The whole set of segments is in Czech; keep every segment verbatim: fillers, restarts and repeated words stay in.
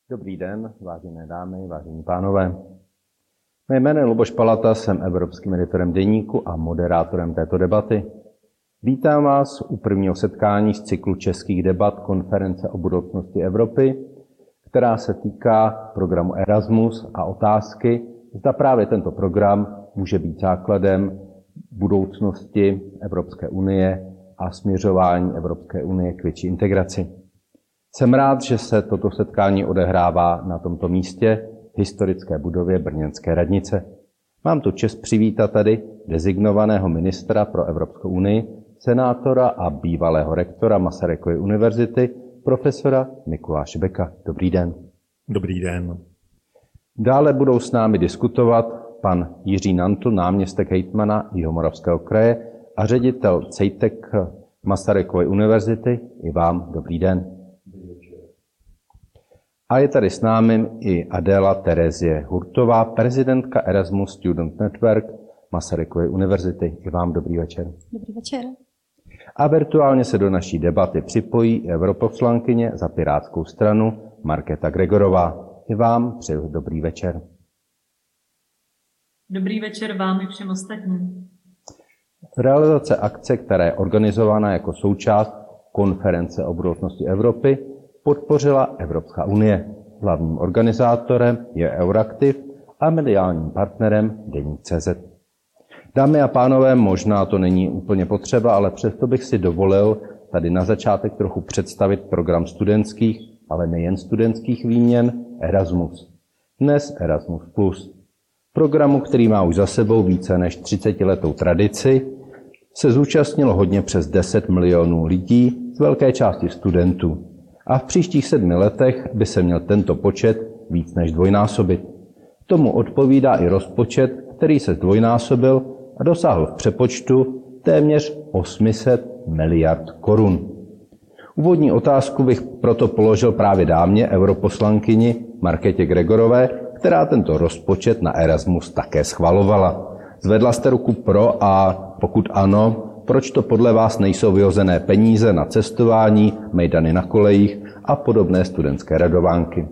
Dobrý den, vážené dámy, vážení pánové. Mé jméno je Luboš Palata, jsem evropským editorem Deníku a moderátorem této debaty. Vítám vás u prvního setkání z cyklu českých debat konference o budoucnosti Evropy, která se týká programu Erasmus a otázky, zda právě tento program může být základem budoucnosti Evropské unie a směřování Evropské unie k větší integraci. Jsem rád, že se toto setkání odehrává na tomto místě, historické budově brněnské radnice. Mám tu čest přivítat tady designovaného ministra pro Evropskou unii, senátora a bývalého rektora Masarykovy univerzity, profesora Mikuláše Beka. Dobrý den. Dobrý den. Dále budou s námi diskutovat pan Jiří Nantl, náměstek hejtmana Jihomoravského kraje a ředitel CEJTEC Masarykovy univerzity. I vám dobrý den. A je tady s námi i Adéla Terezie Hurtová, prezidentka Erasmus Student Network Masarykovy univerzity. I vám dobrý večer. Dobrý večer. A virtuálně se do naší debaty připojí europoslankyně za Pirátskou stranu Markéta Gregorová. I vám přeju dobrý večer. Dobrý večer vám i všem ostatním. Realizace akce, která je organizovaná jako součást konference o budoucnosti Evropy, podpořila Evropská unie. Hlavním organizátorem je Euraktiv a mediálním partnerem Deník tečka cé zet. Dámy a pánové, možná to není úplně potřeba, ale přesto bych si dovolil tady na začátek trochu představit program studentských, ale nejen studentských výměn Erasmus. Dnes Erasmus plus. Programu, který má už za sebou více než třicetiletou tradici, se zúčastnilo hodně přes deset milionů lidí, z velké části studentů. A v příštích sedmi letech by se měl tento počet víc než dvojnásobit. Tomu odpovídá i rozpočet, který se zdvojnásobil a dosáhl v přepočtu téměř osm set miliard korun. Úvodní otázku bych proto položil právě dámě, europoslankyni Markétě Gregorové, která tento rozpočet na Erasmus také schvalovala. Zvedla jste ruku pro a pokud ano, proč to podle vás nejsou vyhozené peníze na cestování, mejdany na kolejích a podobné studentské radovánky?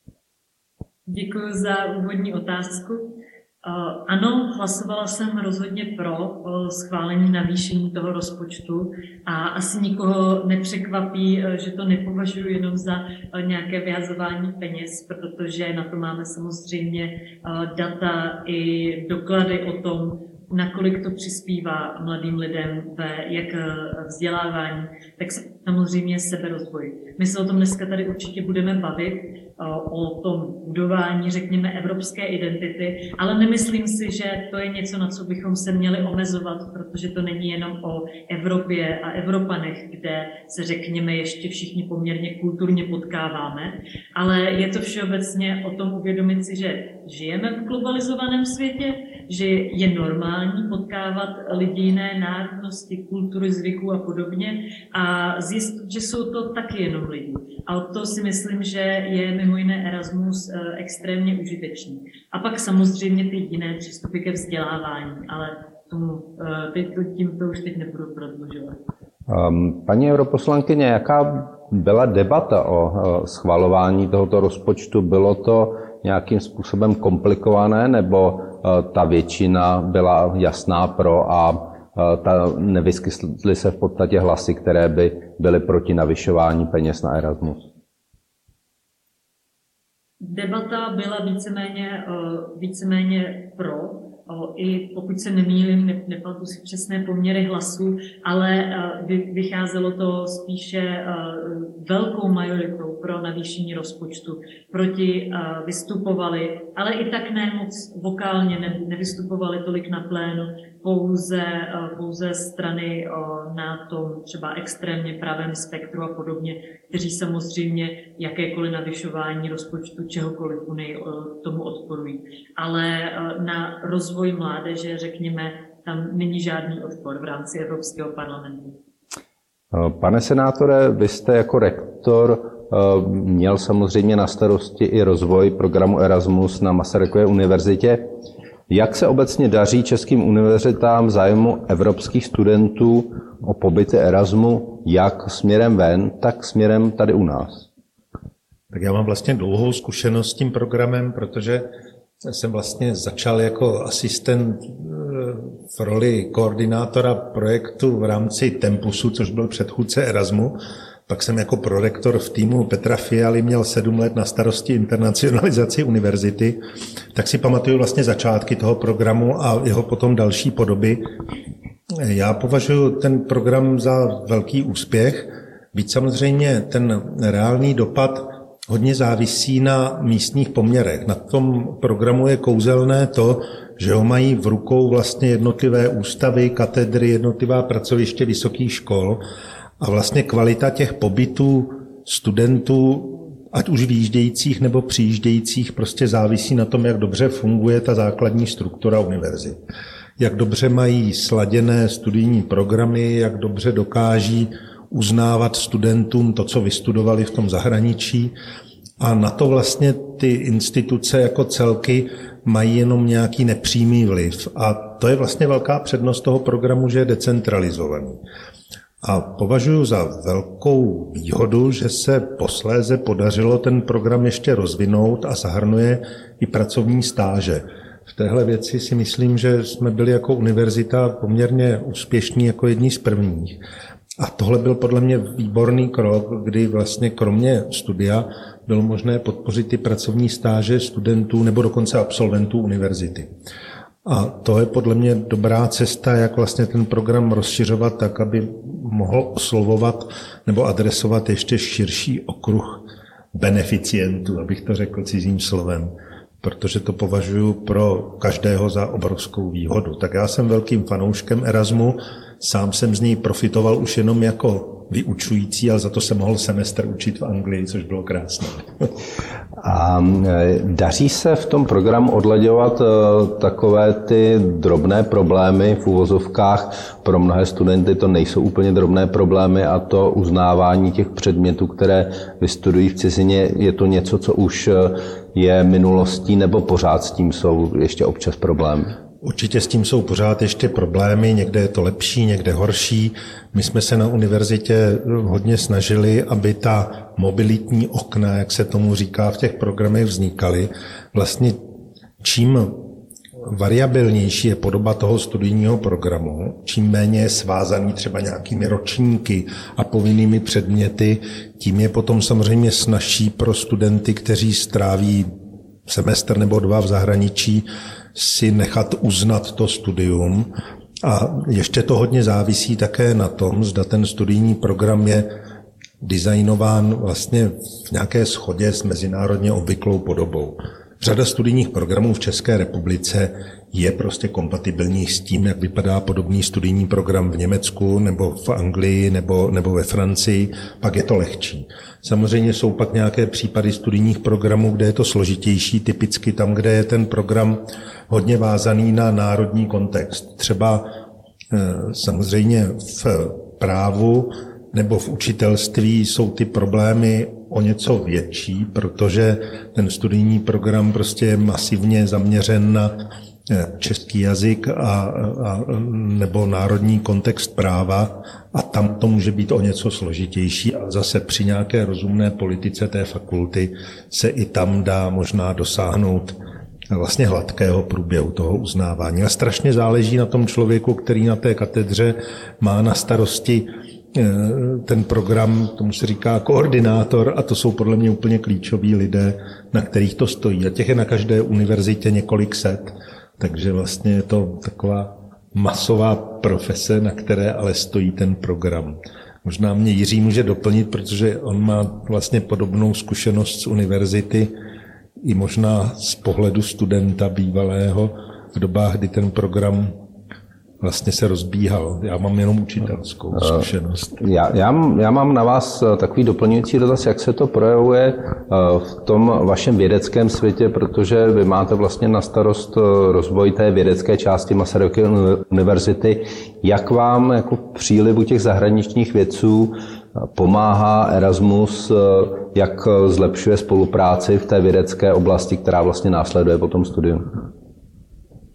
Děkuji za úvodní otázku. Ano, hlasovala jsem rozhodně pro schválení navýšení toho rozpočtu a asi nikoho nepřekvapí, že to nepovažuji jenom za nějaké vyhazování peněz, protože na to máme samozřejmě data i doklady o tom, nakolik to přispívá mladým lidem ve jak vzdělávání, tak samozřejmě seberozvoj. My se o tom dneska tady určitě budeme bavit, o tom budování, řekněme, evropské identity, ale nemyslím si, že to je něco, na co bychom se měli omezovat, protože to není jenom o Evropě a Evropanech, kde se, řekněme, ještě všichni poměrně kulturně potkáváme, ale je to všeobecně o tom uvědomit si, že žijeme v globalizovaném světě, že je normální potkávat lidi jiné národnosti, kultury, zvyků a podobně a zjistit, že jsou to taky jenom lidi. A od toho si myslím, že je mimo jiné Erasmus extrémně užitečný. A pak samozřejmě ty jiné přístupy ke vzdělávání, ale tomu, teď to, tím to už teď nebudu prodlužovat. Um, paní europoslankyně, jaká byla debata o uh, schvalování tohoto rozpočtu? Bylo to nějakým způsobem komplikované, nebo uh, ta většina byla jasná pro a uh, ta nevyskytly se v podstatě hlasy, které by byly proti navyšování peněz na Erasmus? Debata byla víceméně, uh, víceméně pro. I pokud se nemýlím, ne, nepamatuji si přesné poměry hlasů, ale vycházelo to spíše velkou majoritou pro navýšení rozpočtu. Proti vystupovali, ale i tak ne moc vokálně, ne, nevystupovali tolik na plénu, pouze, pouze strany na tom třeba extrémně pravém spektru a podobně, kteří samozřejmě jakékoliv navyšování rozpočtu čehokoliv Unii tomu odporují. Ale na rozvoj mládeže, řekněme, tam není žádný odpor v rámci Evropského parlamentu. Pane senátore, vy jste jako rektor měl samozřejmě na starosti i rozvoj programu Erasmus na Masarykově univerzitě. Jak se obecně daří českým univerzitám v zájmu evropských studentů o pobyty Erasmu, jak směrem ven, tak směrem tady u nás? Tak já mám vlastně dlouhou zkušenost s tím programem, protože jsem vlastně začal jako asistent v roli koordinátora projektu v rámci Tempusu, což byl předchůdce Erasmu. Pak jsem jako prorektor v týmu Petra Fialy měl sedm let na starosti internacionalizaci univerzity. Tak si pamatuju vlastně začátky toho programu a jeho potom další podoby. Já považuji ten program za velký úspěch, byť samozřejmě ten reálný dopad hodně závisí na místních poměrech. Na tom programu je kouzelné to, že ho mají v rukou vlastně jednotlivé ústavy, katedry, jednotlivá pracoviště vysokých škol a vlastně kvalita těch pobytů studentů, ať už výjíždějících nebo přijíždějících, prostě závisí na tom, jak dobře funguje ta základní struktura univerzit. Jak dobře mají sladěné studijní programy, jak dobře dokáží uznávat studentům to, co vystudovali v tom zahraničí. A na to vlastně ty instituce jako celky mají jenom nějaký nepřímý vliv. A to je vlastně velká přednost toho programu, že je decentralizovaný. A považuji za velkou výhodu, že se posléze podařilo ten program ještě rozvinout a zahrnuje i pracovní stáže. V téhle věci si myslím, že jsme byli jako univerzita poměrně úspěšní jako jedni z prvních. A tohle byl podle mě výborný krok, kdy vlastně kromě studia bylo možné podpořit ty pracovní stáže studentů nebo dokonce absolventů univerzity. A to je podle mě dobrá cesta, jak vlastně ten program rozšiřovat tak, aby mohl oslovovat nebo adresovat ještě širší okruh beneficientů, abych to řekl cizím slovem, protože to považuji pro každého za obrovskou výhodu. Tak já jsem velkým fanouškem Erasmu, sám jsem z něj profitoval už jenom jako vyučující, ale za to jsem mohl semestr učit v Anglii, což bylo krásné. A daří se v tom programu odlaďovat takové ty drobné problémy v uvozovkách? Pro mnohé studenty to nejsou úplně drobné problémy a to uznávání těch předmětů, které vystudují v cizině, je to něco, co už je minulostí, nebo pořád s tím jsou ještě občas problémy? Určitě s tím jsou pořád ještě problémy, někde je to lepší, někde horší. My jsme se na univerzitě hodně snažili, aby ta mobilitní okna, jak se tomu říká, v těch programech vznikaly. Vlastně čím variabilnější je podoba toho studijního programu, čím méně je svázaný třeba nějakými ročníky a povinnými předměty, tím je potom samozřejmě snazší pro studenty, kteří stráví semestr nebo dva v zahraničí, si nechat uznat to studium. A ještě to hodně závisí také na tom, zda ten studijní program je designován vlastně v nějaké shodě s mezinárodně obvyklou podobou. Řada studijních programů v České republice je prostě kompatibilní s tím, jak vypadá podobný studijní program v Německu nebo v Anglii nebo, nebo ve Francii, pak je to lehčí. Samozřejmě jsou pak nějaké případy studijních programů, kde je to složitější, typicky tam, kde je ten program hodně vázaný na národní kontext. Třeba samozřejmě v právu nebo v učitelství jsou ty problémy o něco větší, protože ten studijní program prostě je masivně zaměřen na český jazyk a, a, nebo národní kontext práva a tam to může být o něco složitější a zase při nějaké rozumné politice té fakulty se i tam dá možná dosáhnout vlastně hladkého průběhu toho uznávání. A strašně záleží na tom člověku, který na té katedře má na starosti ten program, tomu se říká koordinátor, a to jsou podle mě úplně klíčoví lidé, na kterých to stojí. A těch je na každé univerzitě několik set, takže vlastně je to taková masová profese, na které ale stojí ten program. Možná mě Jiří může doplnit, protože on má vlastně podobnou zkušenost z univerzity, i možná z pohledu studenta bývalého v dobách, kdy ten program vlastně se rozbíhal. Já mám jenom učitelskou zkušenost. Já, já, já mám na vás takový doplňující dotaz, jak se to projevuje v tom vašem vědeckém světě, protože vy máte vlastně na starost rozvoj té vědecké části Masarykovy univerzity. Jak vám jako přílivu těch zahraničních vědců pomáhá Erasmus, jak zlepšuje spolupráci v té vědecké oblasti, která vlastně následuje po tom studiu?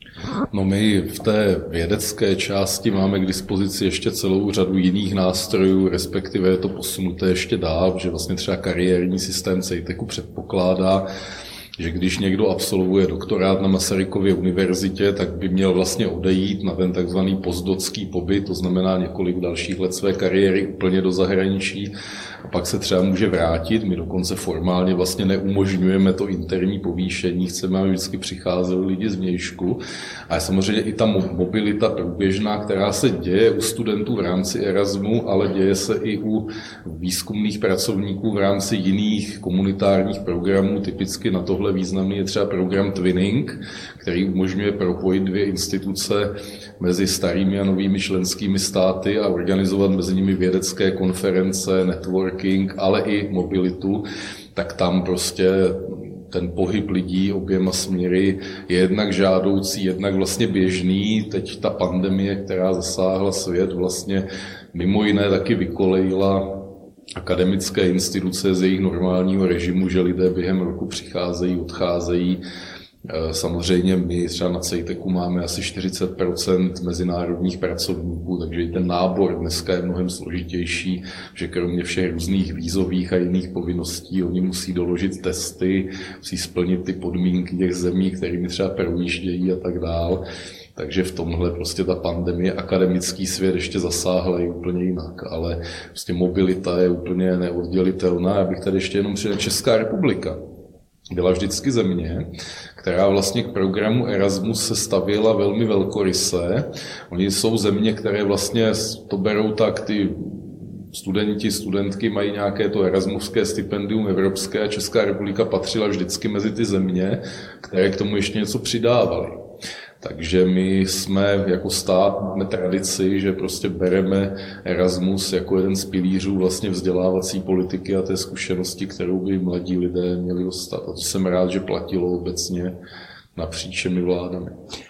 No my v té vědecké části máme k dispozici ještě celou řadu jiných nástrojů, respektive je to posunuté ještě dál, že vlastně třeba kariérní systém CEITECu předpokládá, že když někdo absolvuje doktorát na Masarykově univerzitě, tak by měl vlastně odejít na ten takzvaný postdocký pobyt, to znamená několik dalších let své kariéry úplně do zahraničí a pak se třeba může vrátit. My dokonce formálně vlastně neumožňujeme to interní povýšení, chceme, aby vždycky přicházeli lidi z vnějšku. A samozřejmě i ta mobilita průběžná, která se děje u studentů v rámci Erasmu, ale děje se i u výzkumných pracovníků v rámci jiných komunitárních programů. Typicky na tohle významný je třeba program Twinning, který umožňuje propojit dvě instituce mezi starými a novými členskými státy a organizovat mezi nimi vědecké konference, networking, ale i mobilitu. Tak tam prostě ten pohyb lidí oběma směry je jednak žádoucí, jednak vlastně běžný. Teď ta pandemie, která zasáhla svět, vlastně mimo jiné taky vykolejila akademické instituce z jejich normálního režimu, že lidé během roku přicházejí, odcházejí. Samozřejmě my třeba na CEITECu máme asi čtyřicet procent mezinárodních pracovníků, takže i ten nábor dneska je mnohem složitější, že kromě všech různých vízových a jiných povinností oni musí doložit testy, musí splnit ty podmínky těch zemí, kterými třeba projíždějí a tak dál. Takže v tomhle prostě ta pandemie, akademický svět ještě zasáhla i úplně jinak, ale prostě mobilita je úplně neoddělitelná. Já bych tady ještě jenom přidal, Česká republika byla vždycky země, která vlastně k programu Erasmus se stavěla velmi velkoryse. Oni jsou země, které vlastně to berou tak, ty studenti, studentky mají nějaké to erasmovské stipendium evropské a Česká republika patřila vždycky mezi ty země, které k tomu ještě něco přidávaly. Takže my jsme jako stát, máme tradici, že prostě bereme Erasmus jako jeden z pilířů vlastně vzdělávací politiky a té zkušenosti, kterou by mladí lidé měli dostat. A to jsem rád, že platilo obecně napříč všemi vládami.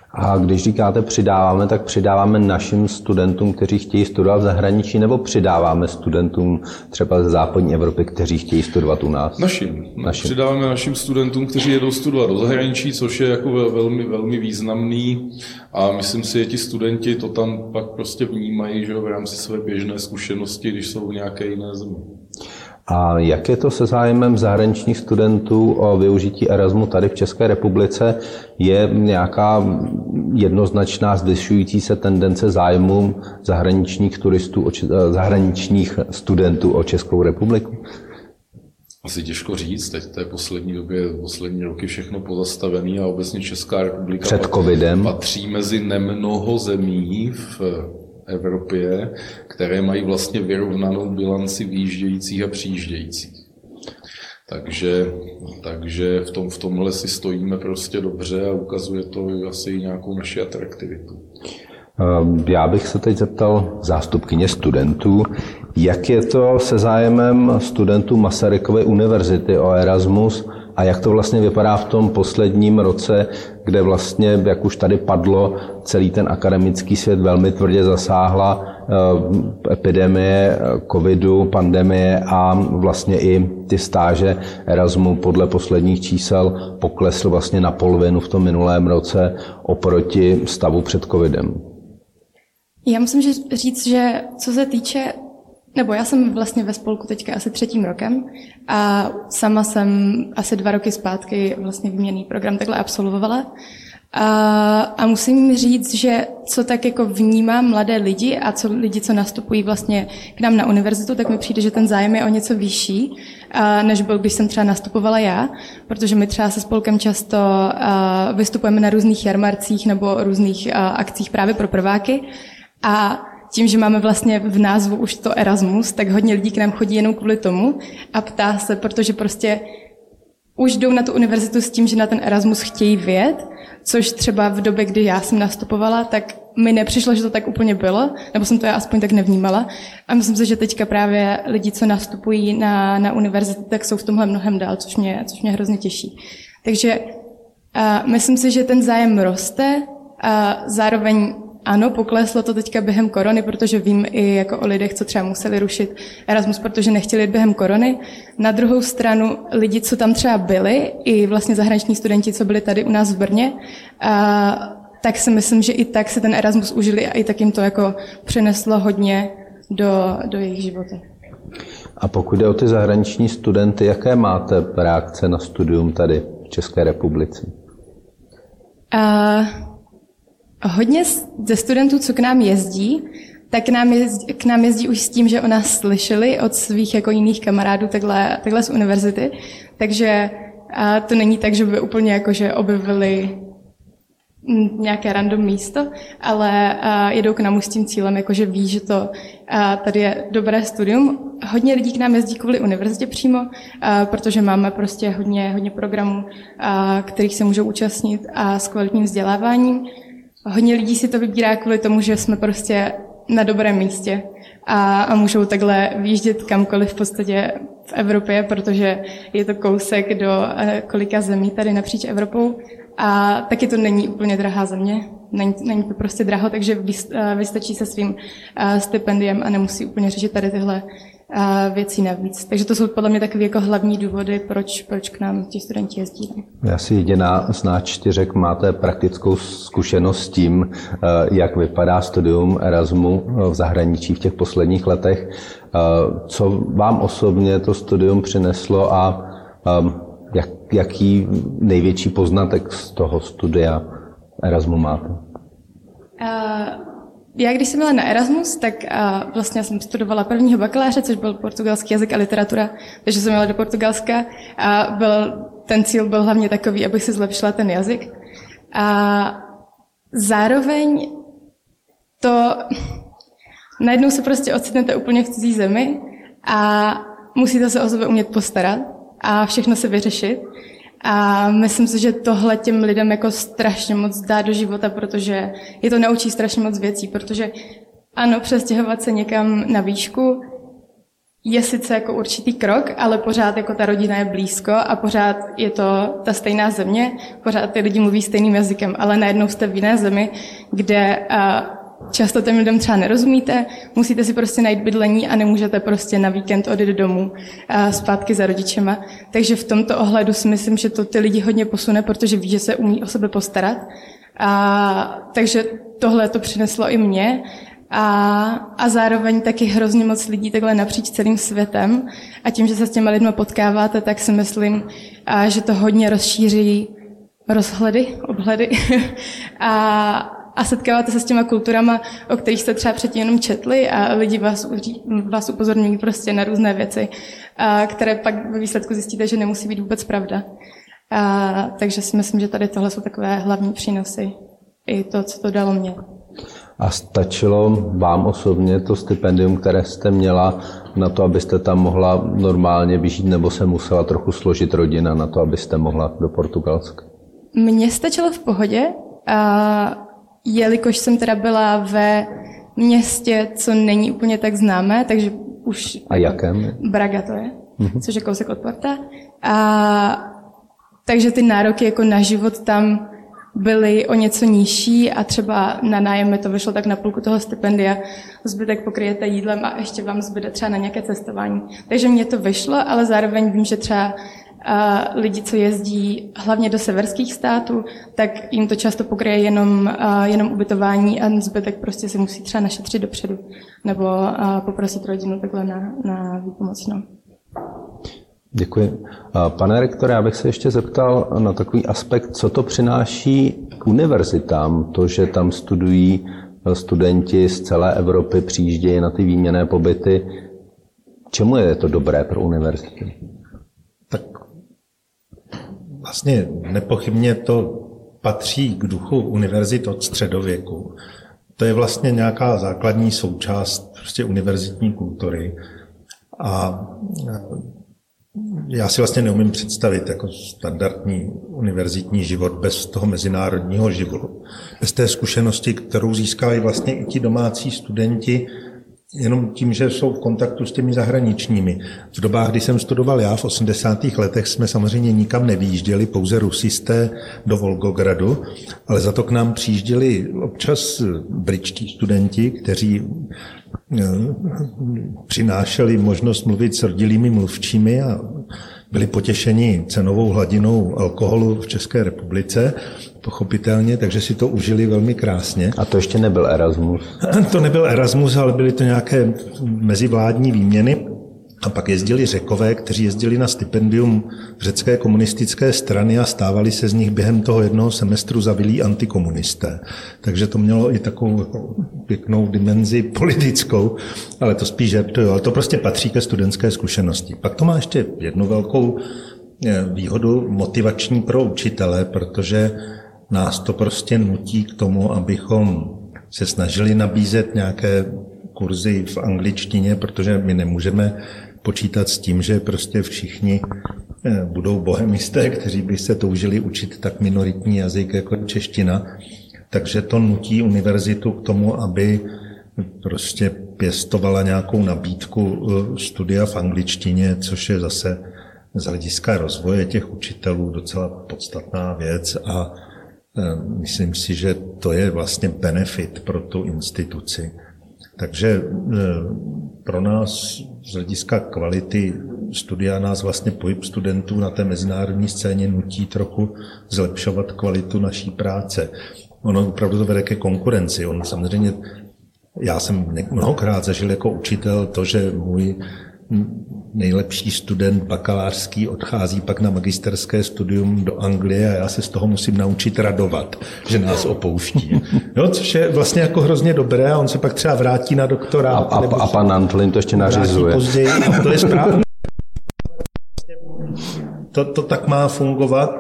A když říkáte přidáváme, tak přidáváme našim studentům, kteří chtějí studovat v zahraničí, nebo přidáváme studentům třeba ze západní Evropy, kteří chtějí studovat u nás? Našim. našim. Přidáváme našim studentům, kteří jedou studovat do zahraničí, což je jako velmi, velmi významný a myslím si, že ti studenti to tam pak prostě vnímají, že v rámci své běžné zkušenosti, když jsou v nějaké jiné zemi. A jak je to se zájmem zahraničních studentů o využití Erasmu tady v České republice? Je nějaká jednoznačná zvyšující se tendence zájmu zahraničních turistů, zahraničních studentů o Českou republiku? Asi těžko říct, teď v té poslední době, poslední roky všechno pozastavený a obecně Česká republika před covidem patří mezi nemnoho zemí v Evropě, které mají vlastně vyrovnanou bilanci výjíždějících a přijíždějících. Takže, takže v, tom, v tomhle si stojíme prostě dobře a ukazuje to asi nějakou naši atraktivitu. Já bych se teď zeptal zástupkyně studentů, jak je to se zájemem studentů Masarykovy univerzity o Erasmus a jak to vlastně vypadá v tom posledním roce, kde vlastně, jak už tady padlo, celý ten akademický svět velmi tvrdě zasáhla epidemie covidu, pandemie a vlastně i ty stáže Erasmu podle posledních čísel poklesl vlastně na polovinu v tom minulém roce oproti stavu před covidem. Já musím říct, že co se týče, nebo já jsem vlastně ve spolku teďka asi třetím rokem a sama jsem asi dva roky zpátky vlastně výměnný program takhle absolvovala. A, a musím říct, že co tak jako vnímám mladé lidi a co lidi, co nastupují vlastně k nám na univerzitu, tak mi přijde, že ten zájem je o něco vyšší, a, než byl, když jsem třeba nastupovala já, protože my třeba se spolkem často a, vystupujeme na různých jarmarcích nebo různých a, akcích právě pro prváky a tím, že máme vlastně v názvu už to Erasmus, tak hodně lidí k nám chodí jenom kvůli tomu a ptá se, protože prostě už jdou na tu univerzitu s tím, že na ten Erasmus chtějí vyjet, což třeba v době, kdy já jsem nastupovala, tak mi nepřišlo, že to tak úplně bylo, nebo jsem to já aspoň tak nevnímala. A myslím si, že teďka právě lidi, co nastupují na, na univerzitu, tak jsou v tomhle mnohem dál, což mě, což mě hrozně těší. Takže uh, myslím si, že ten zájem roste a zároveň ano, pokleslo to teďka během korony, protože vím i jako o lidech, co třeba museli rušit Erasmus, protože nechtěli jít během korony. Na druhou stranu lidi, co tam třeba byli, i vlastně zahraniční studenti, co byli tady u nás v Brně, a tak si myslím, že i tak se ten Erasmus užili a i tak jim to jako přineslo hodně do, do jejich života. A pokud jde o ty zahraniční studenty, jaké máte reakce na studium tady v České republice? Uh, hodně ze studentů, co k nám jezdí, tak k nám, jezdí, k nám jezdí už s tím, že o nás slyšeli od svých jako jiných kamarádů takhle, takhle z univerzity. Takže uh, to není tak, že by úplně jako, že objevili nějaké random místo, ale uh, jedou k nám už s tím cílem, jakože ví, že to uh, tady je dobré studium. Hodně lidí k nám jezdí kvůli univerzitě přímo, uh, protože máme prostě hodně, hodně programů, uh, kterých se můžou účastnit a s kvalitním vzděláváním. Hodně lidí si to vybírá kvůli tomu, že jsme prostě na dobrém místě a, a můžou takhle výjíždět kamkoliv v podstatě v Evropě, protože je to kousek do uh, kolika zemí tady napříč Evropou. A taky to není úplně drahá země, není, není to prostě draho, takže vystačí se svým stipendiem a nemusí úplně řešit tady tyhle věcí navíc. Takže to jsou podle mě takové jako hlavní důvody, proč, proč k nám ti studenti jezdí. Já si jediná z nás čtyřek máte praktickou zkušenost s tím, jak vypadá studium Erasmu v zahraničí v těch posledních letech. Co vám osobně to studium přineslo a Jak, jaký největší poznatek z toho studia Erasmu máte? Uh, já když jsem byla na Erasmus, tak uh, vlastně jsem studovala prvního bakaláře, což byl portugalský jazyk a literatura, takže jsem jela do Portugalska a byl, ten cíl byl hlavně takový, abych si zlepšila ten jazyk. A zároveň to najednou se prostě ocitnete úplně v cizí zemi a musíte se o sebe umět postarat a všechno se vyřešit. A myslím si, že tohle těm lidem jako strašně moc dá do života, protože je to naučí strašně moc věcí, protože ano, přestěhovat se někam na výšku je sice jako určitý krok, ale pořád jako ta rodina je blízko a pořád je to ta stejná země, pořád ty lidi mluví stejným jazykem, ale najednou jste v jiné zemi, kde často těm lidem třeba nerozumíte, musíte si prostě najít bydlení a nemůžete prostě na víkend odjít domů a zpátky za rodičema. Takže v tomto ohledu si myslím, že to ty lidi hodně posune, protože ví, že se umí o sebe postarat. A, takže tohle to přineslo i mě. A, a zároveň taky hrozně moc lidí takhle napříč celým světem. A tím, že se s těma lidma potkáváte, tak si myslím, a, že to hodně rozšíří rozhledy, obhledy. a A setkáváte se s těma kulturama, o kterých jste třeba předtím jenom četli a lidi vás, vás upozorňují prostě na různé věci, a které pak ve výsledku zjistíte, že nemusí být vůbec pravda. A, takže si myslím, že tady tohle jsou takové hlavní přínosy. I to, co to dalo mě. A stačilo vám osobně to stipendium, které jste měla, na to, abyste tam mohla normálně vyžít, nebo se musela trochu složit rodina na to, abyste mohla do Portugalska? Mně stačilo v pohodě. A jelikož jsem teda byla ve městě, co není úplně tak známé, takže už... A jakém? Braga to je, mm-hmm. což je kousek od Porta. A, takže ty nároky jako na život tam byly o něco nižší a třeba na nájem mi to vyšlo tak na půlku toho stipendia. Zbytek pokryjete jídlem a ještě vám zbyde třeba na nějaké cestování. Takže mně to vyšlo, ale zároveň vím, že třeba a lidi, co jezdí hlavně do severských států, tak jim to často pokryje jenom, jenom ubytování a zbytek prostě si musí třeba našetřit dopředu nebo poprosit rodinu takhle na, na výpomocnou. Děkuji. Pane rektore, já bych se ještě zeptal na takový aspekt, co to přináší k univerzitám, to, že tam studují studenti z celé Evropy, přijíždějí na ty výměnné pobyty. Čemu je to dobré pro univerzity? Tak vlastně nepochybně to patří k duchu univerzit od středověku. To je vlastně nějaká základní součást prostě univerzitní kultury. A já si vlastně neumím představit jako standardní univerzitní život bez toho mezinárodního životu. Bez té zkušenosti, kterou získávají vlastně i ti domácí studenti, jenom tím, že jsou v kontaktu s těmi zahraničními. V dobách, kdy jsem studoval já, v osmdesátých letech, jsme samozřejmě nikam nevyjížděli, pouze rusisté do Volgogradu, ale za to k nám přijížděli občas britští studenti, kteří přinášeli možnost mluvit s rodilými mluvčími a byli potěšeni cenovou hladinou alkoholu v České republice, pochopitelně, takže si to užili velmi krásně. A to ještě nebyl Erasmus? To nebyl Erasmus, ale byly to nějaké mezivládní výměny. A pak jezdili Řekové, kteří jezdili na stipendium řecké komunistické strany a stávali se z nich během toho jednoho semestru zavilí antikomunisté. Takže to mělo i takovou jako pěknou dimenzi politickou, ale to spíš žertuju, ale to prostě patří ke studentské zkušenosti. Pak to má ještě jednu velkou výhodu motivační pro učitele, protože nás to prostě nutí k tomu, abychom se snažili nabízet nějaké kurzy v angličtině, protože my nemůžeme počítat s tím, že prostě všichni budou bohemisté, kteří by se toužili učit tak minoritní jazyk jako čeština. Takže to nutí univerzitu k tomu, aby prostě pěstovala nějakou nabídku studia v angličtině, což je zase z hlediska rozvoje těch učitelů docela podstatná věc a myslím si, že to je vlastně benefit pro tu instituci. Takže pro nás z hlediska kvality studia nás vlastně pohyb studentů na té mezinárodní scéně nutí trochu zlepšovat kvalitu naší práce. Ono opravdu to vede ke konkurenci. On samozřejmě, já jsem mnohokrát zažil jako učitel to, že můj nejlepší student bakalářský odchází pak na magisterské studium do Anglie a já se z toho musím naučit radovat, že nás opouští. Jo, což je vlastně jako hrozně dobré a on se pak třeba vrátí na doktorát. A, a, a pan Antlin to ještě nařizuje. Později, a to je správně. To, to tak má fungovat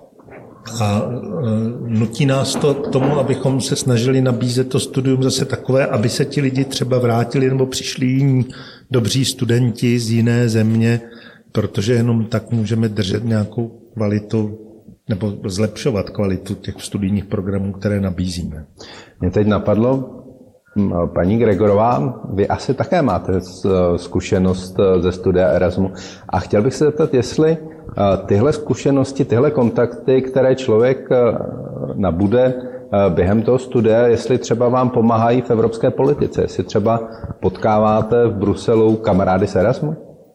a nutí nás to k tomu, abychom se snažili nabízet to studium zase takové, aby se ti lidi třeba vrátili nebo přišli jiní dobří studenti z jiné země, protože jenom tak můžeme držet nějakou kvalitu nebo zlepšovat kvalitu těch studijních programů, které nabízíme. Mě teď napadlo, paní Gregorová, vy asi také máte zkušenost ze studia Erasmu a chtěl bych se zeptat, jestli tyhle zkušenosti, tyhle kontakty, které člověk nabude během toho studia, jestli třeba vám pomáhají v evropské politice, jestli třeba potkáváte v Bruselu kamarády z Erasmu?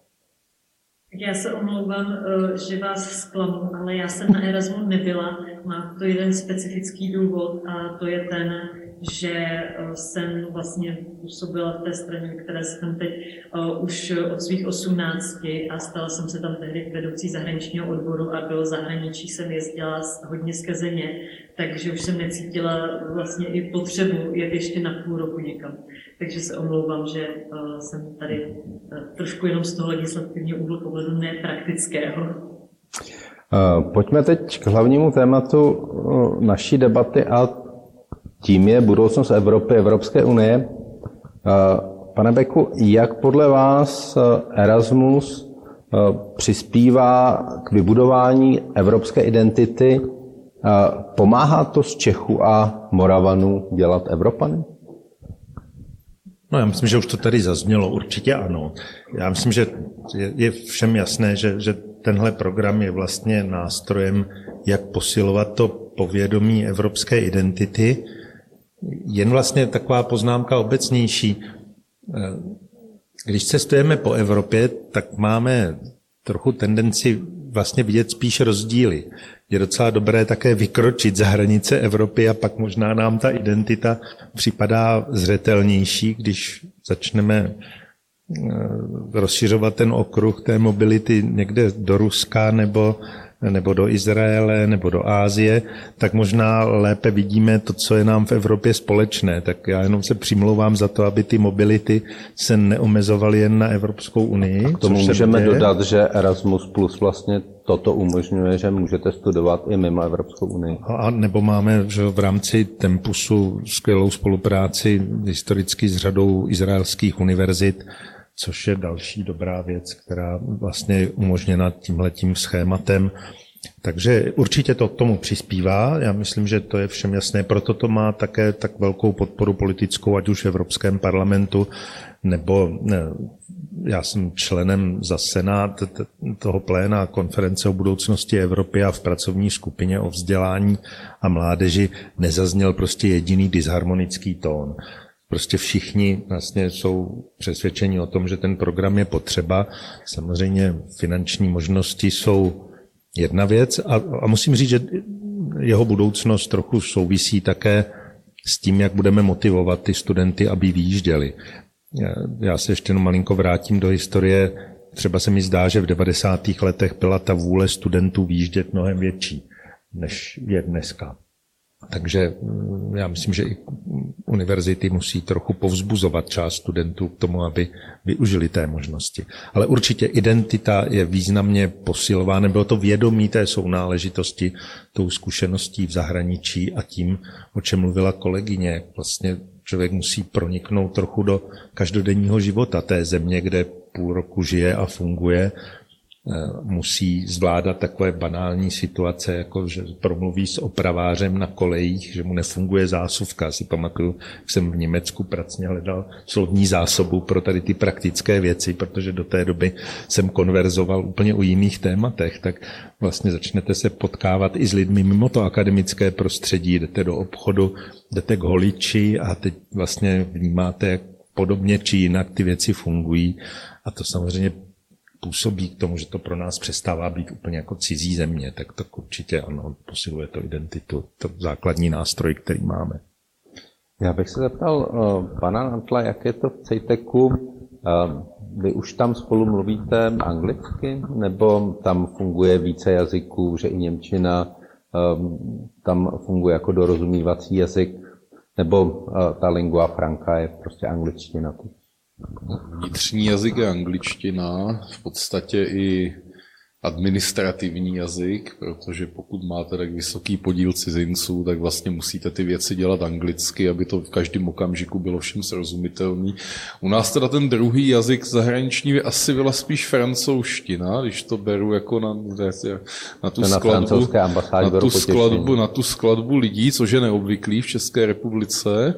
Já se omlouvám, že vás zklamu, ale já jsem na Erasmu nebyla. Má to jeden specifický důvod a to je ten, že jsem vlastně působila v té straně, které jsem teď už od svých osmnácti a stala jsem se tam tehdy vedoucí zahraničního odboru a do zahraničí jsem jezdila hodně skrze ně, takže už jsem necítila vlastně i potřebu jet ještě na půl roku někam. Takže se omlouvám, že jsem tady trošku jenom z toho legislativního úhlu pohledu nepraktického. Pojďme teď k hlavnímu tématu naší debaty a tím je budoucnost Evropy, Evropské unie. Pane Beku, jak podle vás Erasmus přispívá k vybudování evropské identity? Pomáhá to z Čechů a Moravanů dělat Evropany? No, já myslím, že už to tady zaznělo. Určitě ano. Já myslím, že je, je všem jasné, že, že tenhle program je vlastně nástrojem, jak posilovat to povědomí evropské identity. Jen vlastně taková poznámka obecnější. Když cestujeme po Evropě, tak máme trochu tendenci vlastně vidět spíš rozdíly. Je docela dobré také vykročit za hranice Evropy a pak možná nám ta identita připadá zřetelnější, když začneme rozšiřovat ten okruh té mobility někde do Ruska nebo nebo do Izraele, nebo do Asie, tak možná lépe vidíme to, co je nám v Evropě společné. Tak já jenom se přimlouvám za to, aby ty mobility se neomezovaly jen na Evropskou unii. K tomu můžeme dodat, že Erasmus Plus vlastně toto umožňuje, že můžete studovat i mimo Evropskou unii. A nebo máme že v rámci Tempusu skvělou spolupráci historicky s řadou izraelských univerzit, což je další dobrá věc, která vlastně je umožněna tímhletím schématem. Takže určitě to k tomu přispívá. Já myslím, že to je všem jasné. Proto to má také tak velkou podporu politickou, ať už v Evropském parlamentu, nebo ne, já jsem členem za Senát toho pléna konference o budoucnosti Evropy a v pracovní skupině o vzdělání a mládeži nezazněl prostě jediný disharmonický tón. prostě všichni vlastně jsou přesvědčeni o tom, že ten program je potřeba. Samozřejmě finanční možnosti jsou jedna věc a, a musím říct, že jeho budoucnost trochu souvisí také s tím, jak budeme motivovat ty studenty, aby vyjížděli. Já se ještě jenom malinko vrátím do historie. Třeba se mi zdá, že v devadesátých letech byla ta vůle studentů vyjíždět mnohem větší, než je dneska. Takže já myslím, že i univerzity musí trochu povzbuzovat část studentů k tomu, aby využili té možnosti. Ale určitě identita je významně posilována. Bylo to vědomí té sounáležitosti tou zkušeností v zahraničí a tím, o čem mluvila kolegyně. Vlastně člověk musí proniknout trochu do každodenního života té země, kde půl roku žije a funguje. Musí zvládat takové banální situace, jako že promluví s opravářem na kolejích, že mu nefunguje zásuvka. Si pamatuju, jak jsem v Německu pracně hledal slovní zásobu pro tady ty praktické věci, protože do té doby jsem konverzoval úplně o jiných tématech, tak vlastně začnete se potkávat i s lidmi mimo to akademické prostředí, jdete do obchodu, jdete k holiči a teď vlastně vnímáte, jak podobně či jinak ty věci fungují a to samozřejmě působí k tomu, že to pro nás přestává být úplně jako cizí země, tak to určitě ano, posiluje to identitu, to základní nástroj, který máme. Já bych se zeptal uh, pana Nantla, jak je to v CEJTECu. Uh, vy už tam spolu mluvíte anglicky, nebo tam funguje více jazyků, že i němčina um, tam funguje jako dorozumívací jazyk, nebo uh, ta lingua franca je prostě angličtina? Vnitřní jazyk je angličtina, v podstatě i administrativní jazyk, protože pokud máte tak vysoký podíl cizinců, tak vlastně musíte ty věci dělat anglicky, aby to v každém okamžiku bylo všem srozumitelný. U nás teda ten druhý jazyk zahraniční by asi byla spíš francouzština, když to beru jako na, na tu, na skladbu, na, tu skladbu, na tu skladbu lidí, což je neobvyklý v České republice.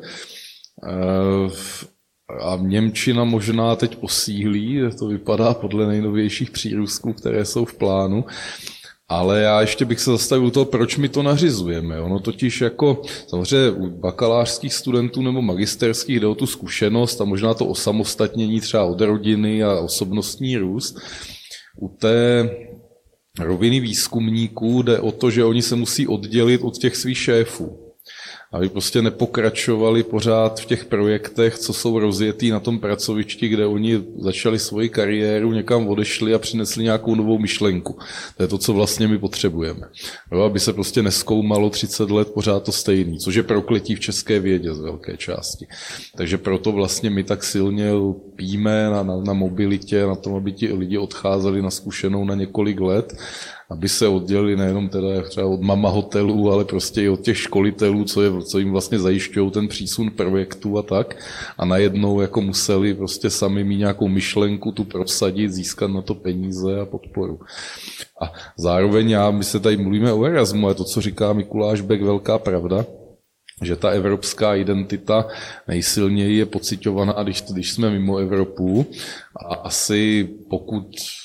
A němčina možná teď posílí, to vypadá podle nejnovějších přírůstků, které jsou v plánu. Ale já ještě bych se zastavil u toho, proč my to nařizujeme. Ono totiž jako samozřejmě u bakalářských studentů nebo magisterských jde o tu zkušenost a možná to osamostatnění třeba od rodiny a osobnostní růst. U té roviny výzkumníků jde o to, že oni se musí oddělit od těch svých šéfů. Aby prostě nepokračovali pořád v těch projektech, co jsou rozjetý na tom pracovišti, kde oni začali svoji kariéru, někam odešli a přinesli nějakou novou myšlenku. To je to, co vlastně my potřebujeme. Jo, aby se prostě nezkoumalo třicet let pořád to stejný, což je prokletí v české vědě z velké části. Takže proto vlastně my tak silně lpíme na, na, na mobilitě, na tom, aby ti lidi odcházeli na zkušenou na několik let, aby se oddělili nejenom teda třeba od mama hotelů, ale prostě i od těch školitelů, co, je, co jim vlastně zajišťují ten přísun projektu a tak. A najednou jako museli prostě sami mít nějakou myšlenku, tu prosadit, získat na to peníze a podporu. A zároveň já, my se tady mluvíme o Erasmu, ale to, co říká Mikuláš Bek, velká pravda, že ta evropská identita nejsilněji je pociťovaná, když, když jsme mimo Evropu. A asi pokud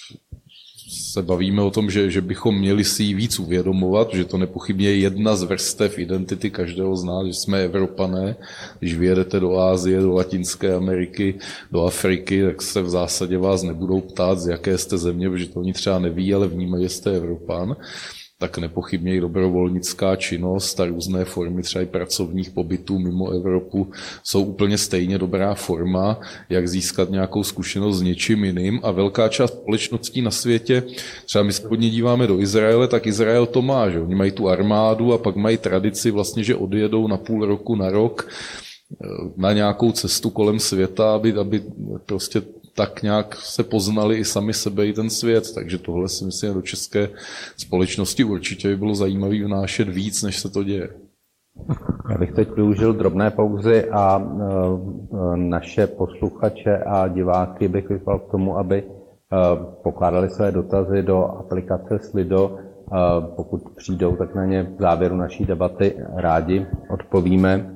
se bavíme o tom, že, že bychom měli si ji víc uvědomovat, že to nepochybně je jedna z vrstev identity každého z nás, že jsme Evropané. Když vyjedete do Asie, do Latinské Ameriky, do Afriky, tak se v zásadě vás nebudou ptát, z jaké jste země, protože to oni třeba neví, ale vnímají, že jste Evropan. Tak nepochybně i dobrovolnická činnost a různé formy třeba i pracovních pobytů mimo Evropu jsou úplně stejně dobrá forma, jak získat nějakou zkušenost s něčím jiným. A velká část společností na světě, třeba my se hodně díváme do Izraele, tak Izrael to má, že oni mají tu armádu a pak mají tradici vlastně, že odjedou na půl roku, na rok na nějakou cestu kolem světa, aby, aby prostě tak nějak se poznali i sami sebe, i ten svět. Takže tohle si myslím, do české společnosti určitě by bylo zajímavé vnášet víc, než se to děje. Já bych teď využil drobné pauzy a naše posluchače a diváky bych vyzval k tomu, aby pokládali své dotazy do aplikace Slido. Pokud přijdou, tak na ně v závěru naší debaty rádi odpovíme.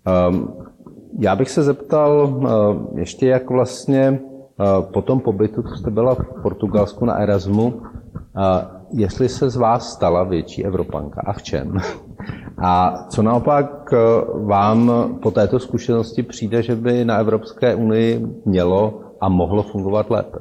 Já bych se zeptal ještě, jak vlastně po tom pobytu, co jste byla v Portugalsku na Erasmu, jestli se z vás stala větší Evropanka a v čem? A co naopak vám po této zkušenosti přijde, že by na Evropské unii mělo a mohlo fungovat lépe?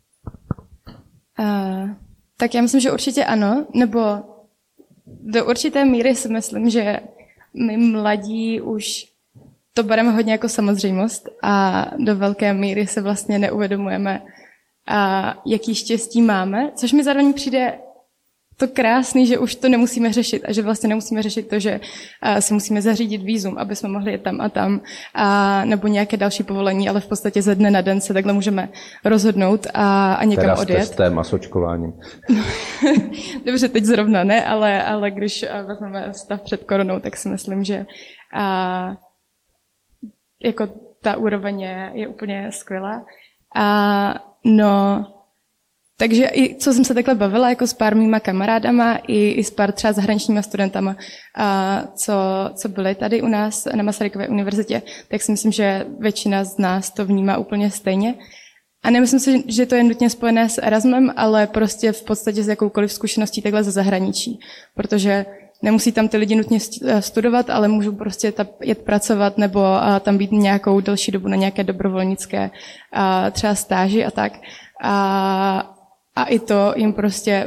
Uh, tak já myslím, že určitě ano, nebo do určité míry si myslím, že my mladí už to bereme hodně jako samozřejmost a do velké míry se vlastně neuvědomujeme, a jaký štěstí máme, což mi zároveň přijde to krásný, že už to nemusíme řešit a že vlastně nemusíme řešit to, že si musíme zařídit vízum, aby jsme mohli jet tam a tam, a, nebo nějaké další povolení, ale v podstatě ze dne na den se takhle můžeme rozhodnout a, a někam teda odjet. Teda s testem a s očkováním. Dobře, teď zrovna ne, ale, ale když vezmeme stav před koronou, tak si myslím, že a, jako ta úroveň je, je úplně skvělá. A no... Takže i co jsem se takhle bavila jako s pár mýma kamarádama i, i s pár třeba zahraničníma studentama, a co, co byli tady u nás na Masarykově univerzitě, tak si myslím, že většina z nás to vnímá úplně stejně. A nemyslím si, že to je nutně spojené s Erasmem, ale prostě v podstatě s jakoukoliv zkušeností takhle ze zahraničí. Protože nemusí tam ty lidi nutně studovat, ale můžou prostě jet pracovat nebo tam být nějakou delší dobu na nějaké dobrovolnické třeba stáži a tak. A A i to jim prostě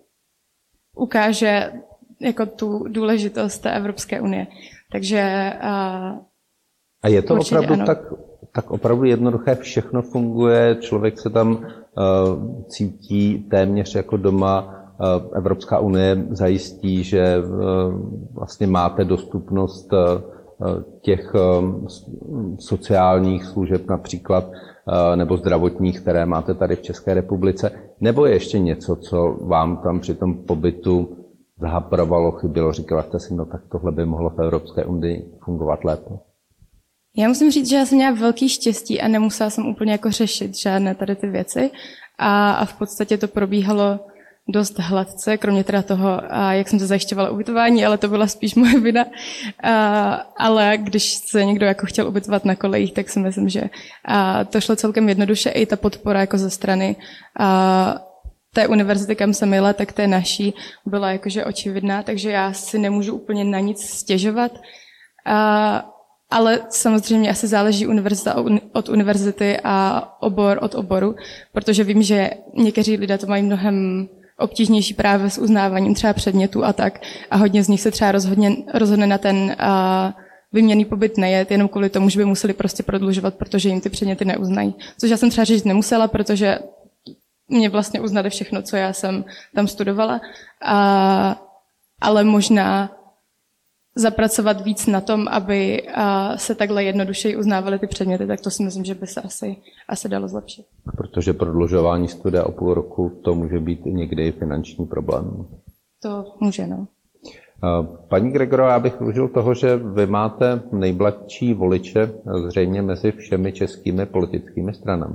ukáže jako tu důležitost té Evropské unie. Takže a, a je to opravdu ano. tak, tak opravdu jednoduché, všechno funguje, člověk se tam uh, cítí téměř jako doma, uh, Evropská unie zajistí, že uh, vlastně máte dostupnost uh, těch um, sociálních služeb například, nebo zdravotních, které máte tady v České republice, nebo je ještě něco, co vám tam při tom pobytu zahaprovalo, chybělo, říkala jste si, no tak tohle by mohlo v Evropské unii fungovat lépe? Já musím říct, že já jsem měla velký štěstí a nemusela jsem úplně jako řešit žádné tady ty věci a, a v podstatě to probíhalo dost hladce, kromě teda toho, a jak jsem se zajišťovala ubytování, ale to byla spíš moje vina. A, ale když se někdo jako chtěl ubytovat na kolejích, tak si myslím, že a to šlo celkem jednoduše. I ta podpora jako ze strany a, té univerzity, kam jsem jela, tak té naší byla jakože očividná, takže já si nemůžu úplně na nic stěžovat. A, ale samozřejmě asi záleží univerzita od univerzity a obor od oboru, protože vím, že někteří lidé to mají mnohem obtížnější právě s uznáváním třeba předmětů a tak. A hodně z nich se třeba rozhodně, rozhodne na ten uh, vyměnný pobyt nejet, jenom kvůli tomu, že by museli prostě prodlužovat, protože jim ty předměty neuznají. Což já jsem třeba říct nemusela, protože mě vlastně uznali všechno, co já jsem tam studovala. Uh, ale možná zapracovat víc na tom, aby uh, se takhle jednodušeji uznávaly ty předměty, tak to si myslím, že by se asi, asi dalo zlepšit. Protože prodlužování studia o půl roku, to může být někdy finanční problém. To může, no. Paní Gregoro, já bych využil toho, že vy máte nejmladší voliče zřejmě mezi všemi českými politickými stranami.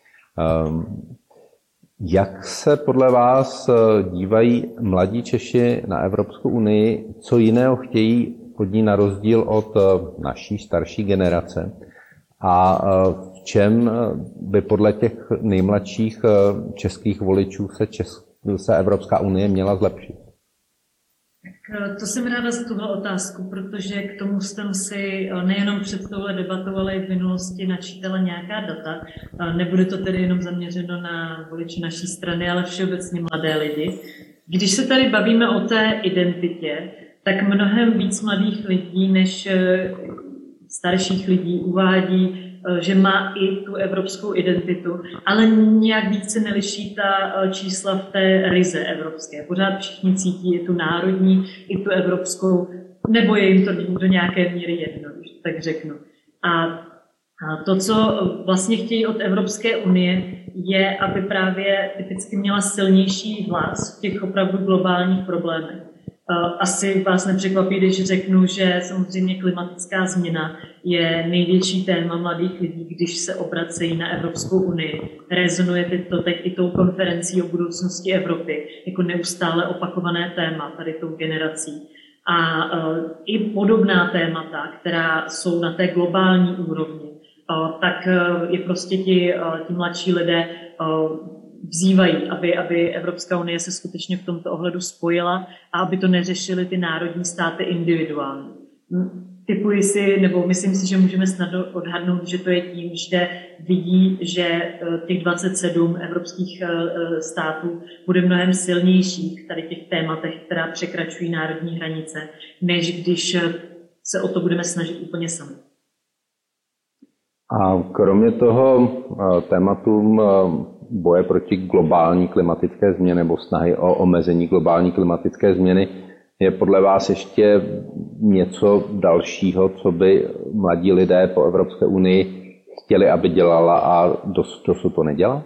Jak se podle vás dívají mladí Češi na Evropskou unii? Co jiného chtějí od ní na rozdíl od naší starší generace? A v čem by podle těch nejmladších českých voličů se, Česk- se Evropská unie měla zlepšit? Tak to jsem ráda za tuhle otázku, protože k tomu jsem si nejenom před touhle debatou, ale i v minulosti načítala nějaká data. Nebude to tedy jenom zaměřeno na voliče naší strany, ale všeobecně mladé lidi. Když se tady bavíme o té identitě, tak mnohem víc mladých lidí než starších lidí uvádí, že má i tu evropskou identitu, ale nějak víc se neliší ta čísla v té ryze evropské. Pořád všichni cítí i tu národní, i tu evropskou, nebo je jim to do nějaké míry jedno, tak řeknu. A to, co vlastně chtějí od Evropské unie, je, aby právě typicky měla silnější hlas v těch opravdu globálních problémech. Asi vás nepřekvapí, když řeknu, že samozřejmě klimatická změna je největší téma mladých lidí, když se obracejí na Evropskou unii. Rezonuje to teď i tou konferencí o budoucnosti Evropy, jako neustále opakované téma tady tou generací. A uh, i podobná témata, která jsou na té globální úrovni, uh, tak uh, je prostě ti, uh, ti mladší lidé uh, vzývají, aby, aby Evropská unie se skutečně v tomto ohledu spojila a aby to neřešily ty národní státy individuálně. Typuji si, nebo myslím si, že můžeme snadno odhadnout, že to je tím, že vidí, že těch dvacet sedm evropských států bude mnohem silnějších v tady těch tématech, která překračují národní hranice, než když se o to budeme snažit úplně sami. A kromě toho tématu boje proti globální klimatické změně nebo snahy o omezení globální klimatické změny, je podle vás ještě něco dalšího, co by mladí lidé po Evropské unii chtěli, aby dělala a dosud, dosud to nedělá?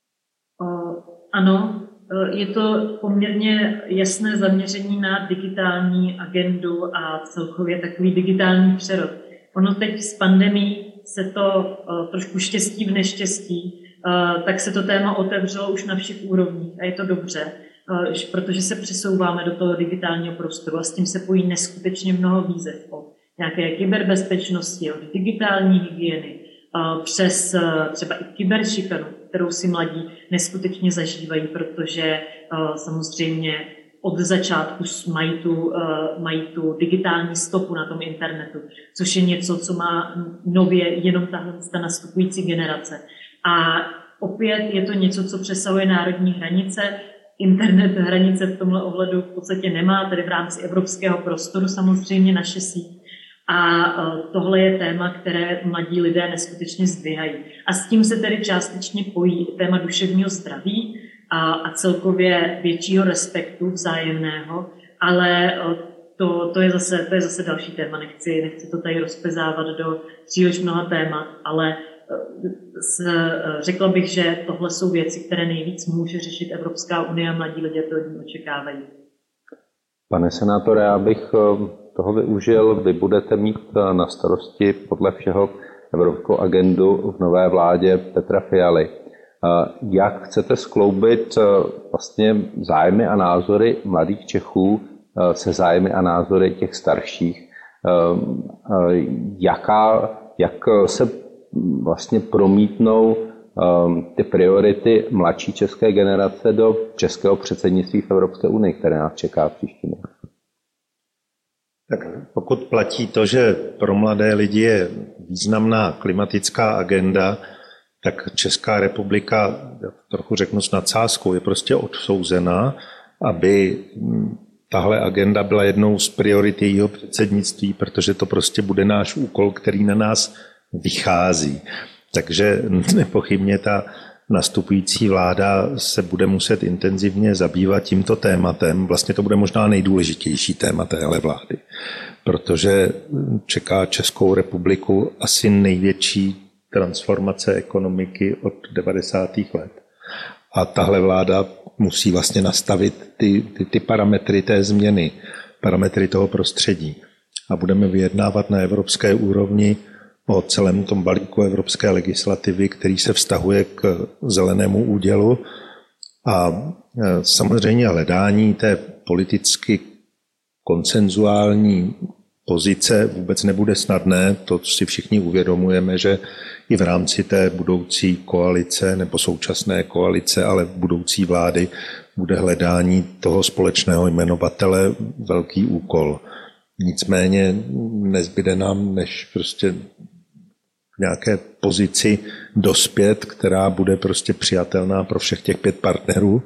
Ano, je to poměrně jasné zaměření na digitální agendu a celkově takový digitální přerod. Ono teď s pandemií se to trošku štěstí v neštěstí, tak se to téma otevřelo už na všech úrovních a je to dobře, protože se přesouváme do toho digitálního prostoru a s tím se pojí neskutečně mnoho výzev o nějaké kyberbezpečnosti, od digitální hygieny, přes třeba i kyberšikanu, kterou si mladí neskutečně zažívají, protože samozřejmě od začátku mají tu, mají tu digitální stopu na tom internetu, což je něco, co má nově jenom tahle ta nastupující generace. A opět je to něco, co přesahuje národní hranice. Internet hranice v tomhle ohledu v podstatě nemá, tedy v rámci evropského prostoru samozřejmě naše síť. A tohle je téma, které mladí lidé neskutečně zdvihají. A s tím se tedy částečně pojí téma duševního zdraví a, a celkově většího respektu vzájemného, ale to, to, je zase, to je zase další téma. Nechci, nechci to tady rozpezávat do příliš mnoha témat, ale s, řekla bych, že tohle jsou věci, které nejvíc může řešit Evropská unie a mladí lidé to od ní očekávají. Pane senátore, já bych toho využil. Vy budete mít na starosti podle všeho evropskou agendu v nové vládě Petra Fialy. Jak chcete skloubit vlastně zájmy a názory mladých Čechů se zájmy a názory těch starších? Jaká, jak se vlastně promítnou ty priority mladší české generace do českého předsednictví v Evropské unii, které nás čeká v příštím roce? Tak pokud platí to, že pro mladé lidi je významná klimatická agenda, tak Česká republika, trochu řeknu s nadsázkou, je prostě odsouzená, aby tahle agenda byla jednou z priorit jejího předsednictví, protože to prostě bude náš úkol, který na nás vychází. Takže nepochybně ta nastupující vláda se bude muset intenzivně zabývat tímto tématem. Vlastně to bude možná nejdůležitější téma téhle vlády, protože čeká Českou republiku asi největší transformace ekonomiky od devadesátých let. A tahle vláda musí vlastně nastavit ty, ty, ty parametry té změny, parametry toho prostředí. A budeme vyjednávat na evropské úrovni o celém tom balíku evropské legislativy, který se vztahuje k zelenému údělu a samozřejmě hledání té politicky konsenzuální pozice vůbec nebude snadné. To si všichni uvědomujeme, že i v rámci té budoucí koalice nebo současné koalice, ale budoucí vlády bude hledání toho společného jmenovatele velký úkol. Nicméně nezbyde nám, než prostě v nějaké pozici dospět, která bude prostě přijatelná pro všech těch pět partnerů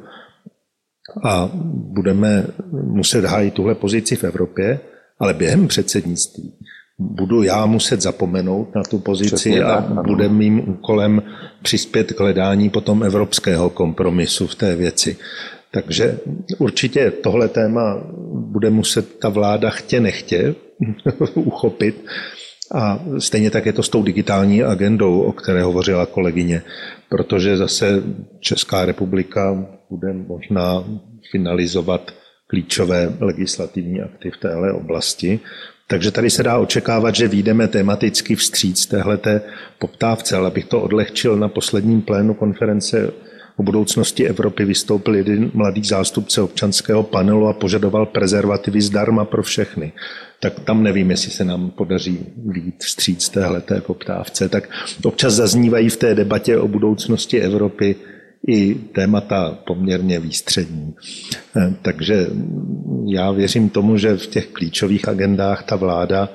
a budeme muset hájit tuhle pozici v Evropě, ale během předsednictví budu já muset zapomenout na tu pozici Přesně a tak, bude mým úkolem přispět k hledání potom evropského kompromisu v té věci. Takže určitě tohle téma bude muset ta vláda chtě nechtě uchopit. A stejně tak je to s tou digitální agendou, o které hovořila kolegyně, protože zase Česká republika bude možná finalizovat klíčové legislativní akty v téhle oblasti. Takže tady se dá očekávat, že vyjdeme tematicky vstříc téhleté poptávce, ale abych to odlehčil, na posledním plénu konference o budoucnosti Evropy vystoupil jeden mladý zástupce občanského panelu a požadoval prezervativy zdarma pro všechny. Tak tam nevím, jestli se nám podaří vyjít vstříc téhleté poptávce. Tak občas zaznívají v té debatě o budoucnosti Evropy i témata poměrně výstřední. Takže já věřím tomu, že v těch klíčových agendách ta vláda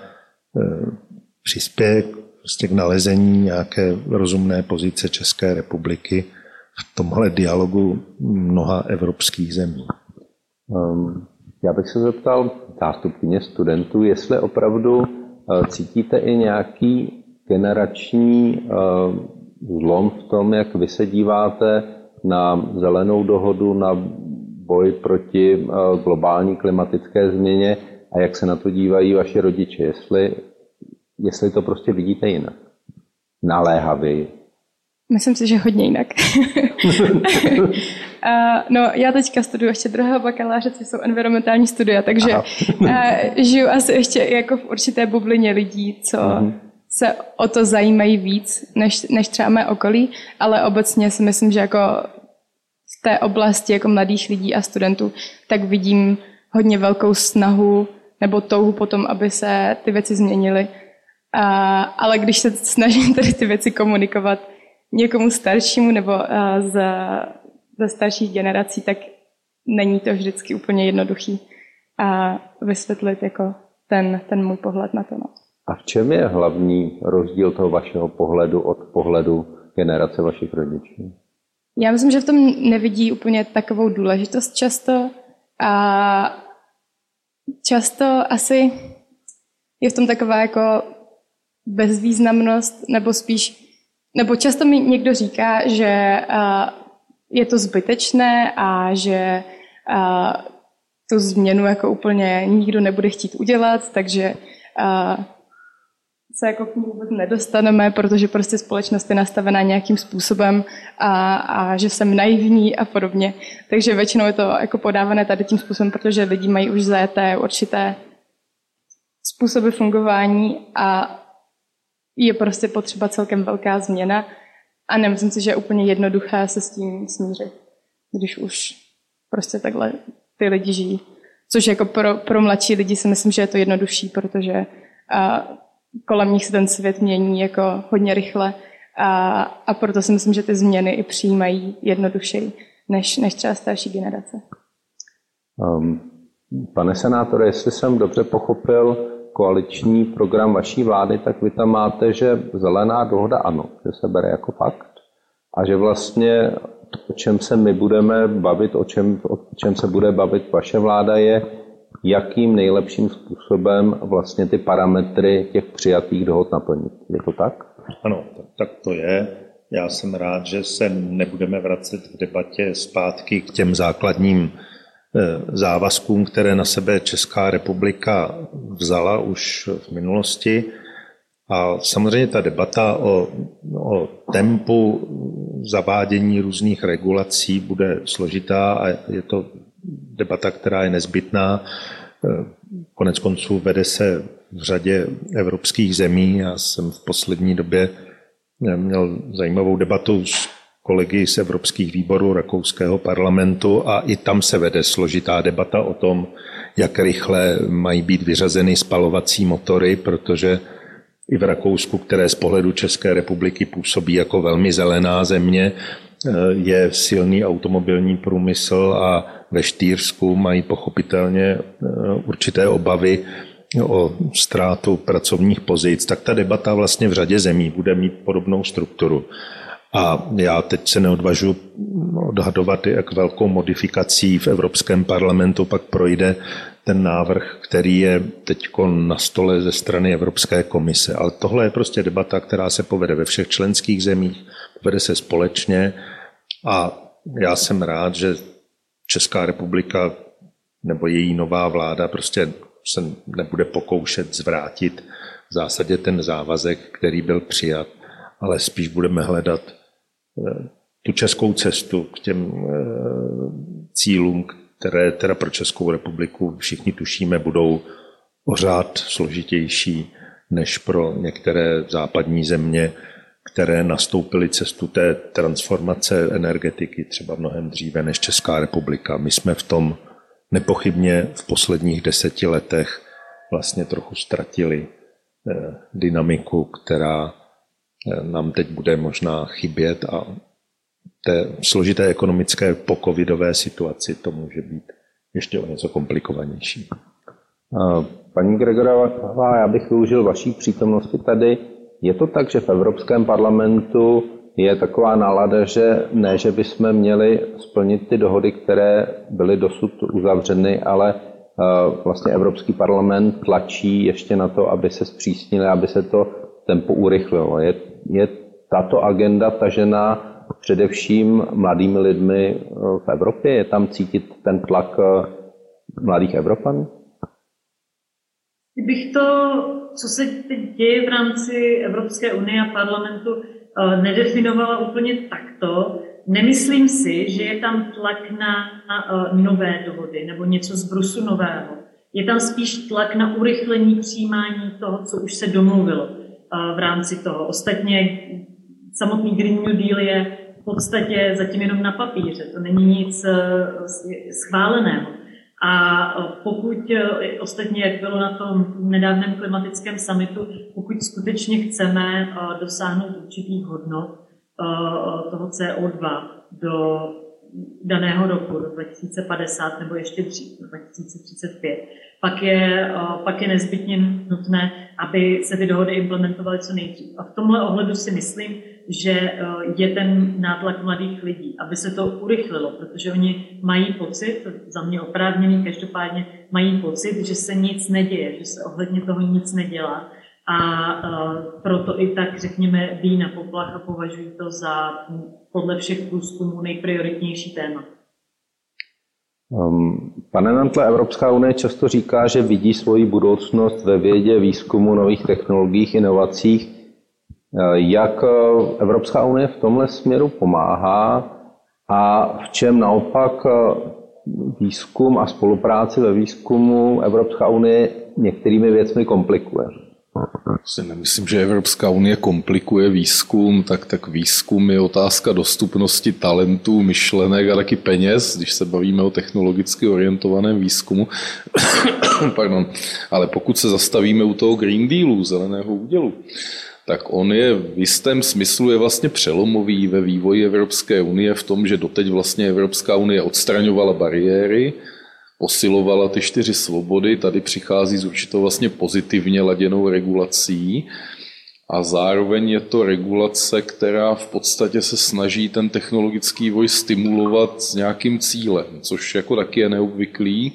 přispěje prostě k nalezení nějaké rozumné pozice České republiky v tomhle dialogu mnoha evropských zemí. Um, já bych se zeptal zástupkyně studentů, jestli opravdu uh, cítíte i nějaký generační uh, zlom v tom, jak vy se díváte na zelenou dohodu, na boj proti uh, globální klimatické změně a jak se na to dívají vaši rodiče, jestli, jestli to prostě vidíte jinak, naléhavěji. Myslím si, že hodně jinak. uh, no, já teďka studuji ještě druhého bakaláře, což jsou environmentální studia, takže uh, žiju asi ještě jako v určité bublině lidí, co uh-huh. se o to zajímají víc, než, než třeba mé okolí, ale obecně si myslím, že jako v té oblasti jako mladých lidí a studentů, tak vidím hodně velkou snahu nebo touhu potom, aby se ty věci změnily. Uh, ale když se snažím tady ty věci komunikovat někomu staršímu nebo uh, z, ze starších generací, tak není to vždycky úplně jednoduchý a vysvětlit jako ten, ten můj pohled na to. No. A v čem je hlavní rozdíl toho vašeho pohledu od pohledu generace vašich rodičů? Já myslím, že v tom nevidí úplně takovou důležitost často a často asi je v tom taková jako bezvýznamnost, nebo spíš Nebo často mi někdo říká, že uh, je to zbytečné a že uh, tu změnu jako úplně nikdo nebude chtít udělat, takže uh, se jako k ní vůbec nedostaneme, protože prostě společnost je nastavená nějakým způsobem a, a že jsem naivní a podobně. Takže většinou je to jako podávané tady tím způsobem, protože lidi mají už zajeté určité způsoby fungování a je prostě potřeba celkem velká změna a nemyslím si, že je úplně jednoduché se s tím smířit, když už prostě takhle ty lidi žijí. Což jako pro, pro mladší lidi si myslím, že je to jednodušší, protože a, kolem nich se ten svět mění jako hodně rychle a, a proto si myslím, že ty změny i přijímají jednodušeji než, než třeba starší generace. Um, pane senátore, jestli jsem dobře pochopil koaliční program vaší vlády, tak vy tam máte, že zelená dohoda ano, že se bere jako fakt a že vlastně o čem se my budeme bavit, o čem, o čem se bude bavit vaše vláda je, jakým nejlepším způsobem vlastně ty parametry těch přijatých dohod naplnit. Je to tak? Ano, tak to je. Já jsem rád, že se nebudeme vracet v debatě zpátky k těm základním závazkům, které na sebe Česká republika vzala už v minulosti. A samozřejmě ta debata o, o tempu zavádění různých regulací bude složitá a je to debata, která je nezbytná. Konec konců vede se v řadě evropských zemí. Já jsem v poslední době měl zajímavou debatu s kolegy z evropských výborů rakouského parlamentu a i tam se vede složitá debata o tom, jak rychle mají být vyřazeny spalovací motory, protože i v Rakousku, které z pohledu České republiky působí jako velmi zelená země, je silný automobilní průmysl a ve Štýrsku mají pochopitelně určité obavy o ztrátu pracovních pozic, tak ta debata vlastně v řadě zemí bude mít podobnou strukturu. A já teď se neodvažuji odhadovat, jak velkou modifikací v Evropském parlamentu pak projde ten návrh, který je teď na stole ze strany Evropské komise. Ale tohle je prostě debata, která se povede ve všech členských zemích, povede se společně a já jsem rád, že Česká republika nebo její nová vláda prostě se nebude pokoušet zvrátit v zásadě ten závazek, který byl přijat, ale spíš budeme hledat tu českou cestu k těm cílům, které teda pro Českou republiku všichni tušíme budou o řád složitější než pro některé západní země, které nastoupily cestu té transformace energetiky třeba mnohem dříve než Česká republika. My jsme v tom nepochybně v posledních deseti letech vlastně trochu ztratili dynamiku, která nám teď bude možná chybět a té složité ekonomické pocovidové situaci to může být ještě o něco komplikovanější. Paní Gregorová, já bych využil vaší přítomnosti tady. Je to tak, že v Evropském parlamentu je taková nálada, že ne, že bychom měli splnit ty dohody, které byly dosud uzavřeny, ale vlastně Evropský parlament tlačí ještě na to, aby se zpřísnili, aby se to tempo urychlilo. Je, je tato agenda tažená především mladými lidmi v Evropě? Je tam cítit ten tlak mladých Evropanů? Kdybych to, co se teď děje v rámci Evropské unie a parlamentu, nedefinovala úplně takto, nemyslím si, že je tam tlak na nové dohody nebo něco z brusu nového. Je tam spíš tlak na urychlení přijímání toho, co už se domluvilo v rámci toho. Ostatně samotný Green New Deal je v podstatě zatím jenom na papíře, to není nic schváleného. A pokud, ostatně jak bylo na tom nedávném klimatickém summitu, pokud skutečně chceme dosáhnout určitých hodnot toho C O dva do daného roku, do dva tisíce padesát nebo ještě dřív, do dva tisíce třicet pět, pak je, pak je nezbytně nutné, aby se ty dohody implementovaly co nejdřív. A v tomhle ohledu si myslím, že je ten nátlak mladých lidí, aby se to urychlilo, protože oni mají pocit, za mě oprávněný, každopádně mají pocit, že se nic neděje, že se ohledně toho nic nedělá. A uh, proto i tak, řekněme, bíjí na poplach a považují to za podle všech průzkumů nejprioritnější téma. Um, pane Nantle, Evropská unie často říká, že vidí svoji budoucnost ve vědě, výzkumu, nových technologiích, inovacích. Jak Evropská unie v tomhle směru pomáhá a v čem naopak výzkum a spolupráci ve výzkumu Evropská unie některými věcmi komplikuje? Si nemyslím, že Evropská unie komplikuje výzkum, tak, tak výzkum je otázka dostupnosti talentů, myšlenek a taky peněz, když se bavíme o technologicky orientovaném výzkumu. Pardon. Ale pokud se zastavíme u toho Green Dealu, zeleného údělu, tak on je v jistém smyslu je vlastně přelomový ve vývoji Evropské unie v tom, že doteď vlastně Evropská unie odstraňovala bariéry, posilovala ty čtyři svobody, tady přichází s určitou vlastně pozitivně laděnou regulací a zároveň je to regulace, která v podstatě se snaží ten technologický vývoj stimulovat s nějakým cílem, což jako taky je neobvyklý.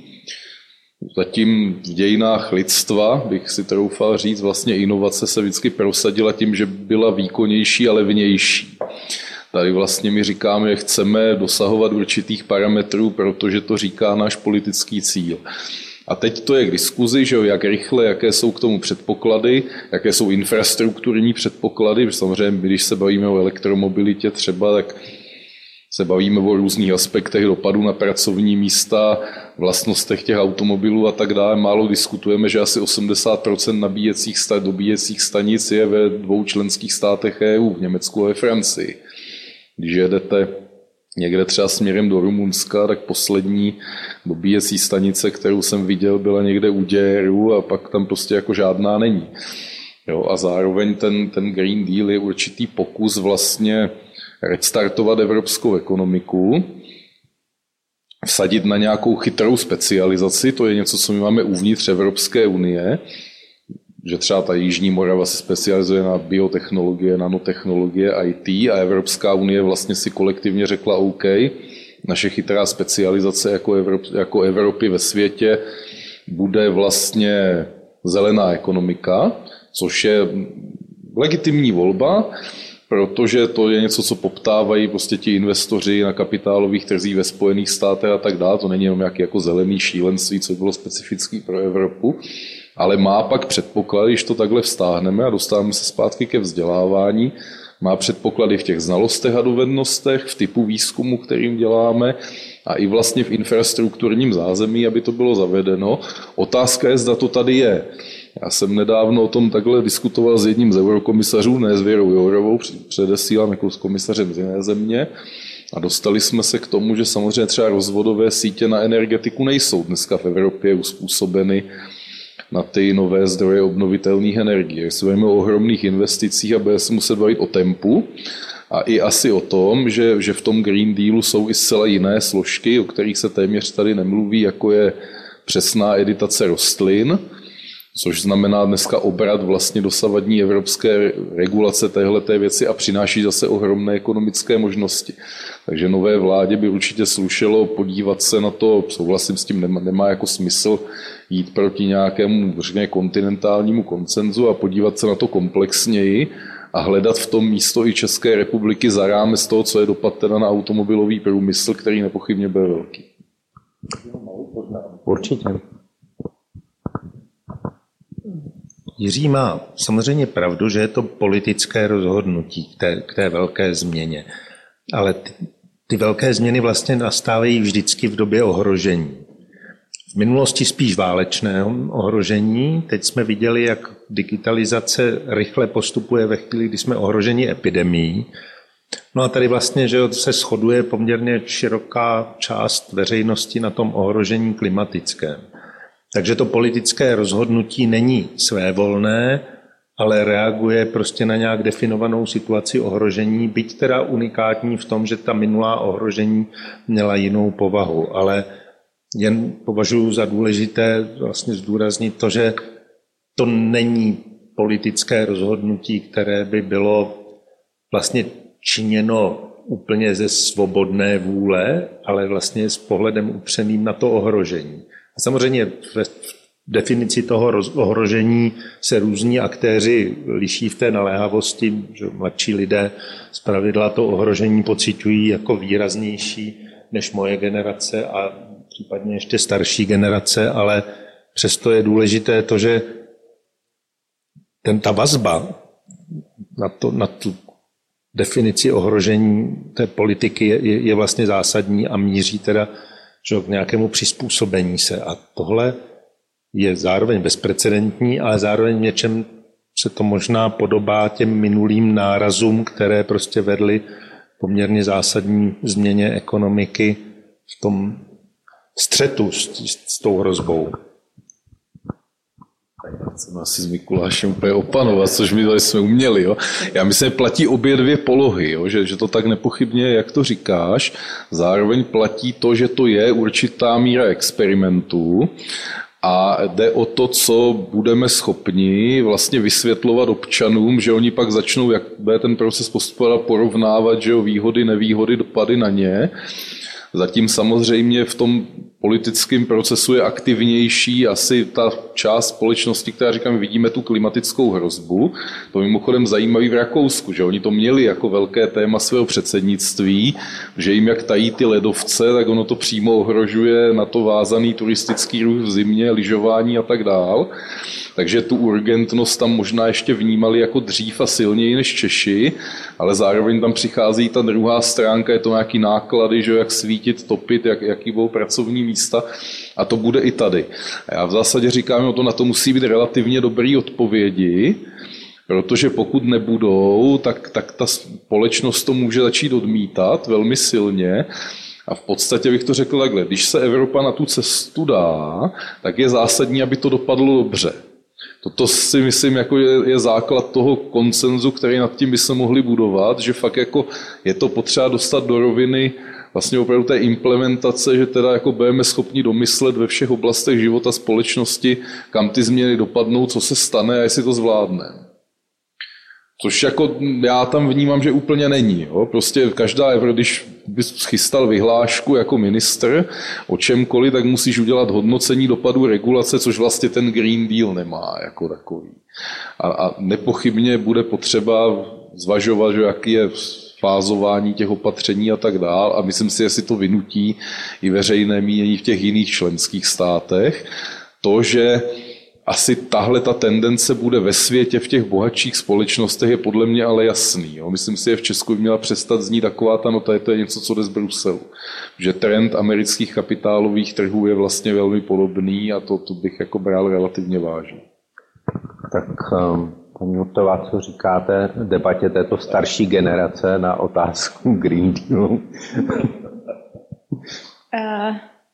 Zatím v dějinách lidstva, bych si troufal říct, vlastně inovace se vždycky prosadila tím, že byla výkonnější a levnější. Tady vlastně my říkáme, že chceme dosahovat určitých parametrů, protože to říká náš politický cíl. A teď to je k diskuzi, že jo, jak rychle, jaké jsou k tomu předpoklady, jaké jsou infrastrukturní předpoklady, protože samozřejmě, když se bavíme o elektromobilitě třeba, tak se bavíme o různých aspektech dopadu na pracovní místa, vlastnostech těch automobilů a tak dále. Málo diskutujeme, že asi osmdesát procent nabíjecích, dobíjecích stanic je ve dvou členských státech E U, v Německu a ve Francii. Když jedete někde třeba směrem do Rumunska, tak poslední dobíjecí stanice, kterou jsem viděl, byla někde u Děru a pak tam prostě jako žádná není. Jo, a zároveň ten, ten Green Deal je určitý pokus vlastně restartovat evropskou ekonomiku, vsadit na nějakou chytrou specializaci, to je něco, co my máme uvnitř Evropské unie, že třeba ta Jižní Morava se specializuje na biotechnologie, nanotechnologie, I T a Evropská unie vlastně si kolektivně řekla OK, naše chytrá specializace jako, Evrop, jako Evropy ve světě bude vlastně zelená ekonomika, což je legitimní volba, protože to je něco, co poptávají prostě ti investoři na kapitálových trzích ve Spojených státech a tak dále. To není jenom nějaký jako zelený šílenství, co bylo specifický pro Evropu, ale má pak předpoklady, když to takhle vztáhneme a dostáváme se zpátky ke vzdělávání, má předpoklady v těch znalostech a dovednostech, v typu výzkumu, kterým děláme a i vlastně v infrastrukturním zázemí, aby to bylo zavedeno. Otázka je, zda to tady je. Já jsem nedávno o tom takhle diskutoval s jedním z eurokomisařů, ne s Věrou Jourovou, předesílám jako s komisařem z jiné země, a dostali jsme se k tomu, že samozřejmě třeba rozvodové sítě na energetiku nejsou dneska v Evropě uspůsobeny na ty nové zdroje obnovitelných energií. Když se bavíme o ohromných investicích a bude se muset bavit o tempu, A i asi o tom, že, že v tom Green Dealu jsou i zcela jiné složky, o kterých se téměř tady nemluví, jako je přesná editace rostlin, což znamená dneska obrat vlastně dosavadní evropské regulace téhleté věci a přináší zase ohromné ekonomické možnosti. Takže nové vládě by určitě slušelo podívat se na to, souhlasím s tím, nemá, nemá jako smysl jít proti nějakému řekněme, kontinentálnímu konsenzu a podívat se na to komplexněji a hledat v tom místo i České republiky za rámec toho, co je dopad teda na automobilový průmysl, který nepochybně bude velký. Určitě. Jiří má samozřejmě pravdu, že je to politické rozhodnutí k té, k té velké změně. Ale ty, ty velké změny vlastně nastávají vždycky v době ohrožení. V minulosti spíš válečného ohrožení. Teď jsme viděli, jak digitalizace rychle postupuje ve chvíli, kdy jsme ohroženi epidemií. No a tady vlastně že se shoduje poměrně široká část veřejnosti na tom ohrožení klimatickém. Takže to politické rozhodnutí není svévolné, ale reaguje prostě na nějak definovanou situaci ohrožení, byť teda unikátní v tom, že ta minulá ohrožení měla jinou povahu. Ale jen považuji za důležité vlastně zdůraznit to, že to není politické rozhodnutí, které by bylo vlastně činěno úplně ze svobodné vůle, ale vlastně s pohledem upřeným na to ohrožení. A samozřejmě v definici toho ohrožení se různí aktéři liší v té naléhavosti, že mladší lidé zpravidla to ohrožení pociťují jako výraznější než moje generace a případně ještě starší generace, ale přesto je důležité to, že ten, ta vazba na, to, na tu definici ohrožení té politiky je, je vlastně zásadní a míří teda že, k nějakému přizpůsobení se. A tohle je zároveň bezprecedentní, ale zároveň v něčem se to možná podobá těm minulým nárazům, které prostě vedly poměrně zásadní změně ekonomiky v tom střetu s, s tou hrozbou. Já jsem asi s Mikulášem úplně opanovat, což my tady jsme uměli. Jo. Já myslím, že platí obě dvě polohy, jo, že, že to tak nepochybně, jak to říkáš. Zároveň platí to, že to je určitá míra experimentu a jde o to, co budeme schopni vlastně vysvětlovat občanům, že oni pak začnou, jak bude ten proces postupovat, porovnávat, že jo, výhody, nevýhody, dopady na ně. Zatím samozřejmě v tom politickém procesu je aktivnější asi ta část společnosti, která říká, my vidíme tu klimatickou hrozbu. To mimochodem zajímavé v Rakousku, že oni to měli jako velké téma svého předsednictví, že jim jak tají ty ledovce, tak ono to přímo ohrožuje na to vázaný turistický ruch v zimě, lyžování a tak dál. Takže tu urgentnost tam možná ještě vnímali jako dřív a silněji než Češi, ale zároveň tam přichází ta druhá stránka, je to nějaký náklady, že jak svítit, topit, jak, jaký budou pracovní místa a to bude i tady. A já v zásadě říkám, no to na to musí být relativně dobrý odpovědi, protože pokud nebudou, tak, tak ta společnost to může začít odmítat velmi silně. A v podstatě bych to řekl takhle, když se Evropa na tu cestu dá, tak je zásadní, aby to dopadlo dobře. Toto si myslím, jako je, je základ toho konsenzu, který nad tím by se mohli budovat, že fakt jako je to potřeba dostat do roviny vlastně opravdu té implementace, že teda jako budeme schopni domyslet ve všech oblastech života společnosti, kam ty změny dopadnou, co se stane a jestli to zvládne. Což jako já tam vnímám, že úplně není. Jo? Prostě každá, když bys chystal vyhlášku jako ministr o čemkoliv, tak musíš udělat hodnocení dopadu regulace, což vlastně ten Green Deal nemá jako takový. A, a nepochybně bude potřeba zvažovat, že jaký je fázování těch opatření a tak dál. A myslím si, jestli to vynutí i veřejné mínění v těch jiných členských státech. To, že asi tahle ta tendence bude ve světě v těch bohatších společnostech je podle mě ale jasný. Jo. Myslím si, že v Česku by měla přestat znít taková ta nota, to je něco, co jde z Bruselu. Že trend amerických kapitálových trhů je vlastně velmi podobný a to, to bych jako bral relativně vážně. Tak paní Hurtová, co říkáte debatě této starší generace na otázku Green Dealu? Uh.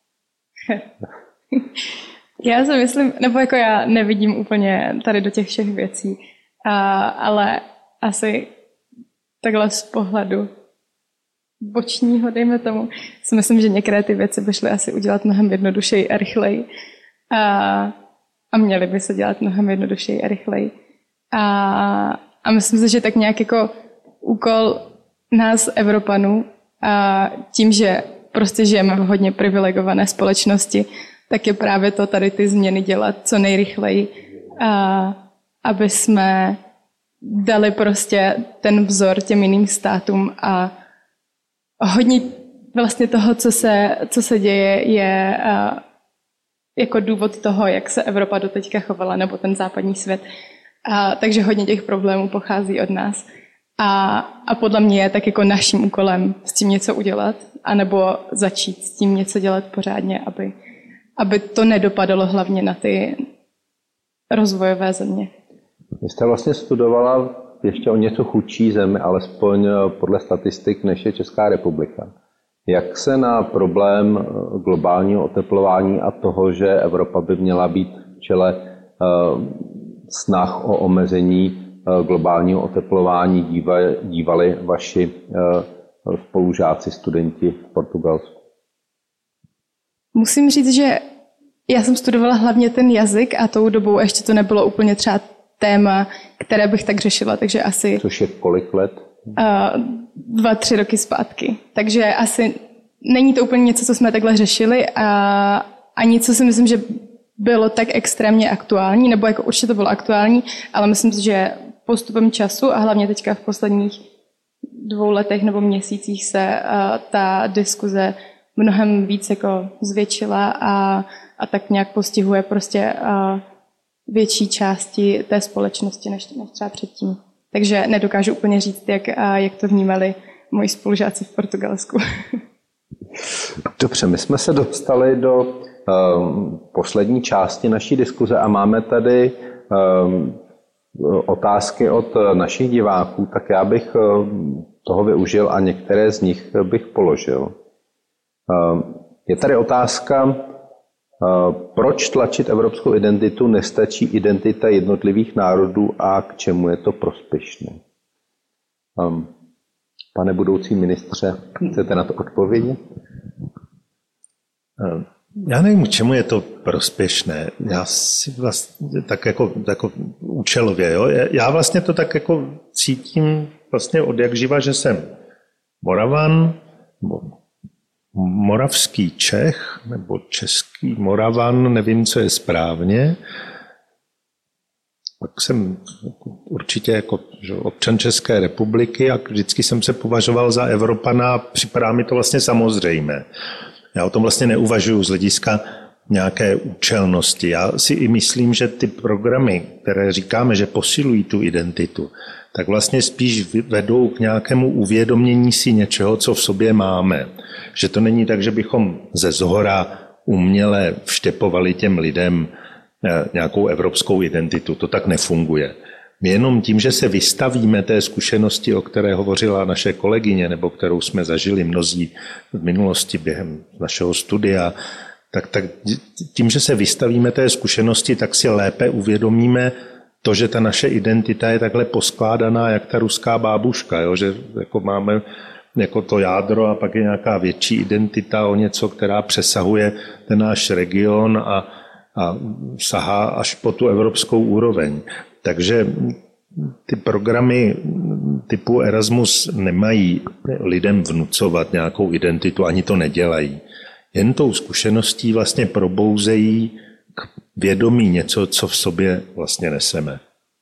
Já si myslím, nebo jako já nevidím úplně tady do těch všech věcí, a, ale asi takhle z pohledu bočního, dejme tomu, si myslím, že některé ty věci by šly asi udělat mnohem jednodušeji a rychleji. A, a měly by se dělat mnohem jednodušeji a rychleji. A, a myslím si, že tak nějak jako úkol nás, Evropanů, a tím, že prostě žijeme v hodně privilegované společnosti, tak je právě to tady ty změny dělat co nejrychleji, a, aby jsme dali prostě ten vzor těm jiným státům a hodně vlastně toho, co se, co se děje, je a, jako důvod toho, jak se Evropa doteďka chovala, nebo ten západní svět. A, takže hodně těch problémů pochází od nás. A, a podle mě je tak jako naším úkolem s tím něco udělat, anebo začít s tím něco dělat pořádně, aby, aby to nedopadalo hlavně na ty rozvojové země. Vy jste vlastně studovala ještě o něco chudší zemi, alespoň podle statistik, než je Česká republika. Jak se na problém globálního oteplování a toho, že Evropa by měla být v čele snah o omezení globálního oteplování, dívali vaši spolužáci, studenti v Portugalsku? Musím říct, že já jsem studovala hlavně ten jazyk a tou dobou ještě to nebylo úplně třeba téma, které bych tak řešila, takže asi... Což je kolik let? Uh, dva, tři roky zpátky. Takže asi není to úplně něco, co jsme takhle řešili a ani co si myslím, že bylo tak extrémně aktuální, nebo jako určitě to bylo aktuální, ale myslím si, že postupem času a hlavně teďka v posledních dvou letech nebo měsících se uh, ta diskuze mnohem víc jako zvětšila a, a tak nějak postihuje prostě uh, větší části té společnosti než, než třeba předtím. Takže nedokážu úplně říct, jak, jak to vnímali moji spolužáci v Portugalsku. Dobře, my jsme se dostali do um, poslední části naší diskuze a máme tady um, otázky od našich diváků, tak já bych um, toho využil a některé z nich bych položil. Um, je tady otázka, proč tlačit evropskou identitu, nestačí identita jednotlivých národů a k čemu je to prospěšné? Pane budoucí ministře, chcete na to odpovědět? Já nevím, k čemu je to prospěšné. Já si vlastně tak jako, jako účelově, jo? Já vlastně to tak jako cítím vlastně od jak živa, že jsem Moravan, moravský Čech nebo český Moravan, nevím, co je správně. Pak jsem určitě jako občan České republiky a vždycky jsem se považoval za Evropana a připadá mi to vlastně samozřejmé. Já o tom vlastně neuvažuji z hlediska nějaké účelnosti. Já si i myslím, že ty programy, které říkáme, že posilují tu identitu, tak vlastně spíš vedou k nějakému uvědomění si něčeho, co v sobě máme. Že to není tak, že bychom ze zhora uměle vštěpovali těm lidem nějakou evropskou identitu. To tak nefunguje. My jenom tím, že se vystavíme té zkušenosti, o které hovořila naše kolegyně, nebo kterou jsme zažili mnozí v minulosti během našeho studia, tak, tak tím, že se vystavíme té zkušenosti, tak si lépe uvědomíme to, že ta naše identita je takhle poskládaná, jak ta ruská bábuška, jo? Že jako máme jako to jádro a pak je nějaká větší identita o něco, která přesahuje ten náš region a, a sahá až po tu evropskou úroveň. Takže ty programy typu Erasmus nemají lidem vnucovat nějakou identitu, ani to nedělají. Jen tou zkušeností vlastně probouzejí k vědomí něco, co v sobě vlastně neseme.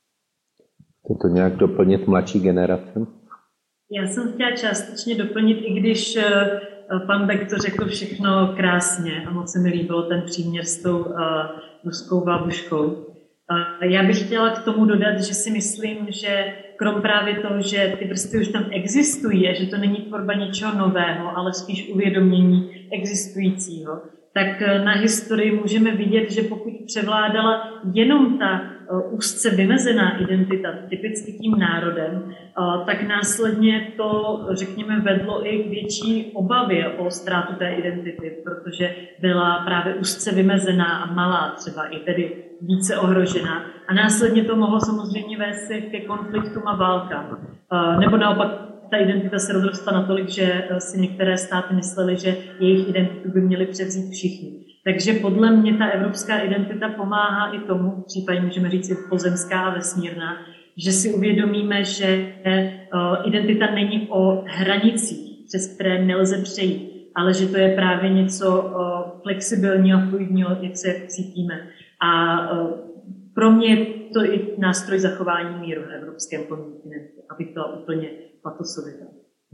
Chce to nějak doplnit mladší generace? Já jsem chtěla částečně doplnit, i když pan Beck to řekl všechno krásně a moc se mi líbilo ten příměr s tou uh, ruskou babuškou. Uh, já bych chtěla k tomu dodat, že si myslím, že krom právě toho, že ty vrstvy už tam existují a že to není tvorba něčeho nového, ale spíš uvědomění existujícího, tak na historii můžeme vidět, že pokud převládala jenom ta úzce vymezená identita, typicky tím národem, tak následně to, řekněme, vedlo i k větší obavě o ztrátu té identity, protože byla právě úzce vymezená a malá, třeba i tedy více ohrožená. A následně to mohlo samozřejmě vést ke konfliktům a válkám. Nebo naopak ta identita se rozrostla natolik, že si některé státy myslely, že jejich identitu by měli převzít všichni. Takže podle mě ta evropská identita pomáhá i tomu, případně můžeme říct i pozemská a vesmírná, že si uvědomíme, že identita není o hranicích, přes které nelze přejít, ale že to je právě něco flexibilního a fluidního, jak se cítíme. A pro mě je to i nástroj zachování míru na evropském kontinentu, aby to úplně patosovité.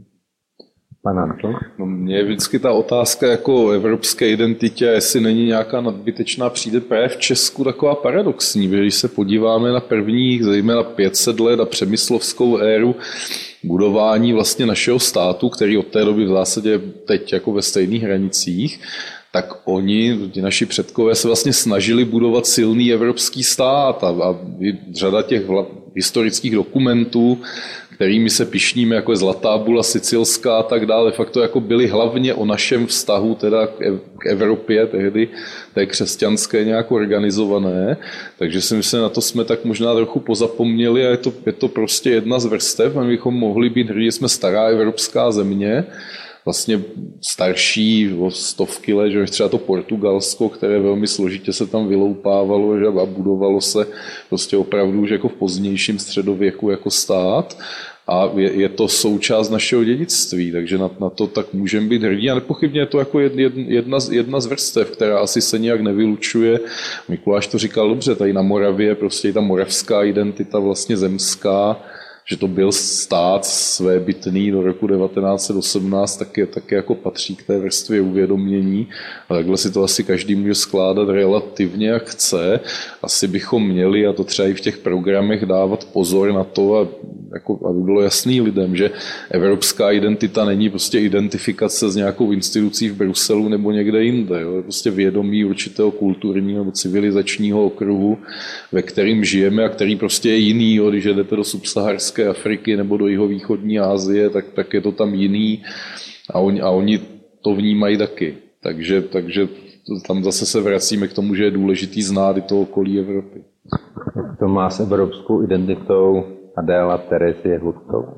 Pan Anton? No, mně je vždycky ta otázka jako o evropské identitě, jestli není nějaká nadbytečná, přijde právě v Česku taková paradoxní, protože když se podíváme na prvních, zejména pět set let a přemyslovskou éru budování vlastně našeho státu, který od té doby v zásadě teď jako ve stejných hranicích, tak oni, ti naši předkové, se vlastně snažili budovat silný evropský stát a, a řada těch vla, historických dokumentů, kterými se pyšníme, jako je Zlatá bula sicilská a tak dále, fakt to jako byly hlavně o našem vztahu teda k Evropě, tehdy té křesťanské nějak organizované, takže si myslím, na to jsme tak možná trochu pozapomněli a je to, je to prostě jedna z vrstev a my bychom mohli být hrdí, jsme stará evropská země, vlastně starší o stovky let, že třeba to Portugalsko, které velmi složitě se tam vyloupávalo že, a budovalo se prostě opravdu už jako v pozdějším středověku jako stát a je, je to součást našeho dědictví, takže na, na to tak můžeme být hrdí a nepochybně je to jako jedna, jedna z vrstev, která asi se nějak nevylučuje. Mikuláš to říkal dobře, tady na Moravě prostě je ta moravská identita vlastně zemská, že to byl stát svébytný do roku devatenáct set osmnáct, taky, taky jako patří k té vrstvě uvědomění. A takhle si to asi každý může skládat relativně, jak chce. Asi bychom měli, a to třeba i v těch programech, dávat pozor na to, a, jako, aby bylo jasný lidem, že evropská identita není prostě identifikace s nějakou institucí v Bruselu nebo někde jinde. Jo. Je prostě vědomí určitého kulturního nebo civilizačního okruhu, ve kterým žijeme a který prostě je jiný, jo. Když jdete do subsaharské Afriky nebo do jihovýchodní Asie, tak, tak je to tam jiný a oni, a oni to vnímají taky. Takže, takže tam zase se vracíme k tomu, že je důležitý znát i to okolí Evropy. To má s evropskou identitou Adéla Terezie Hudková.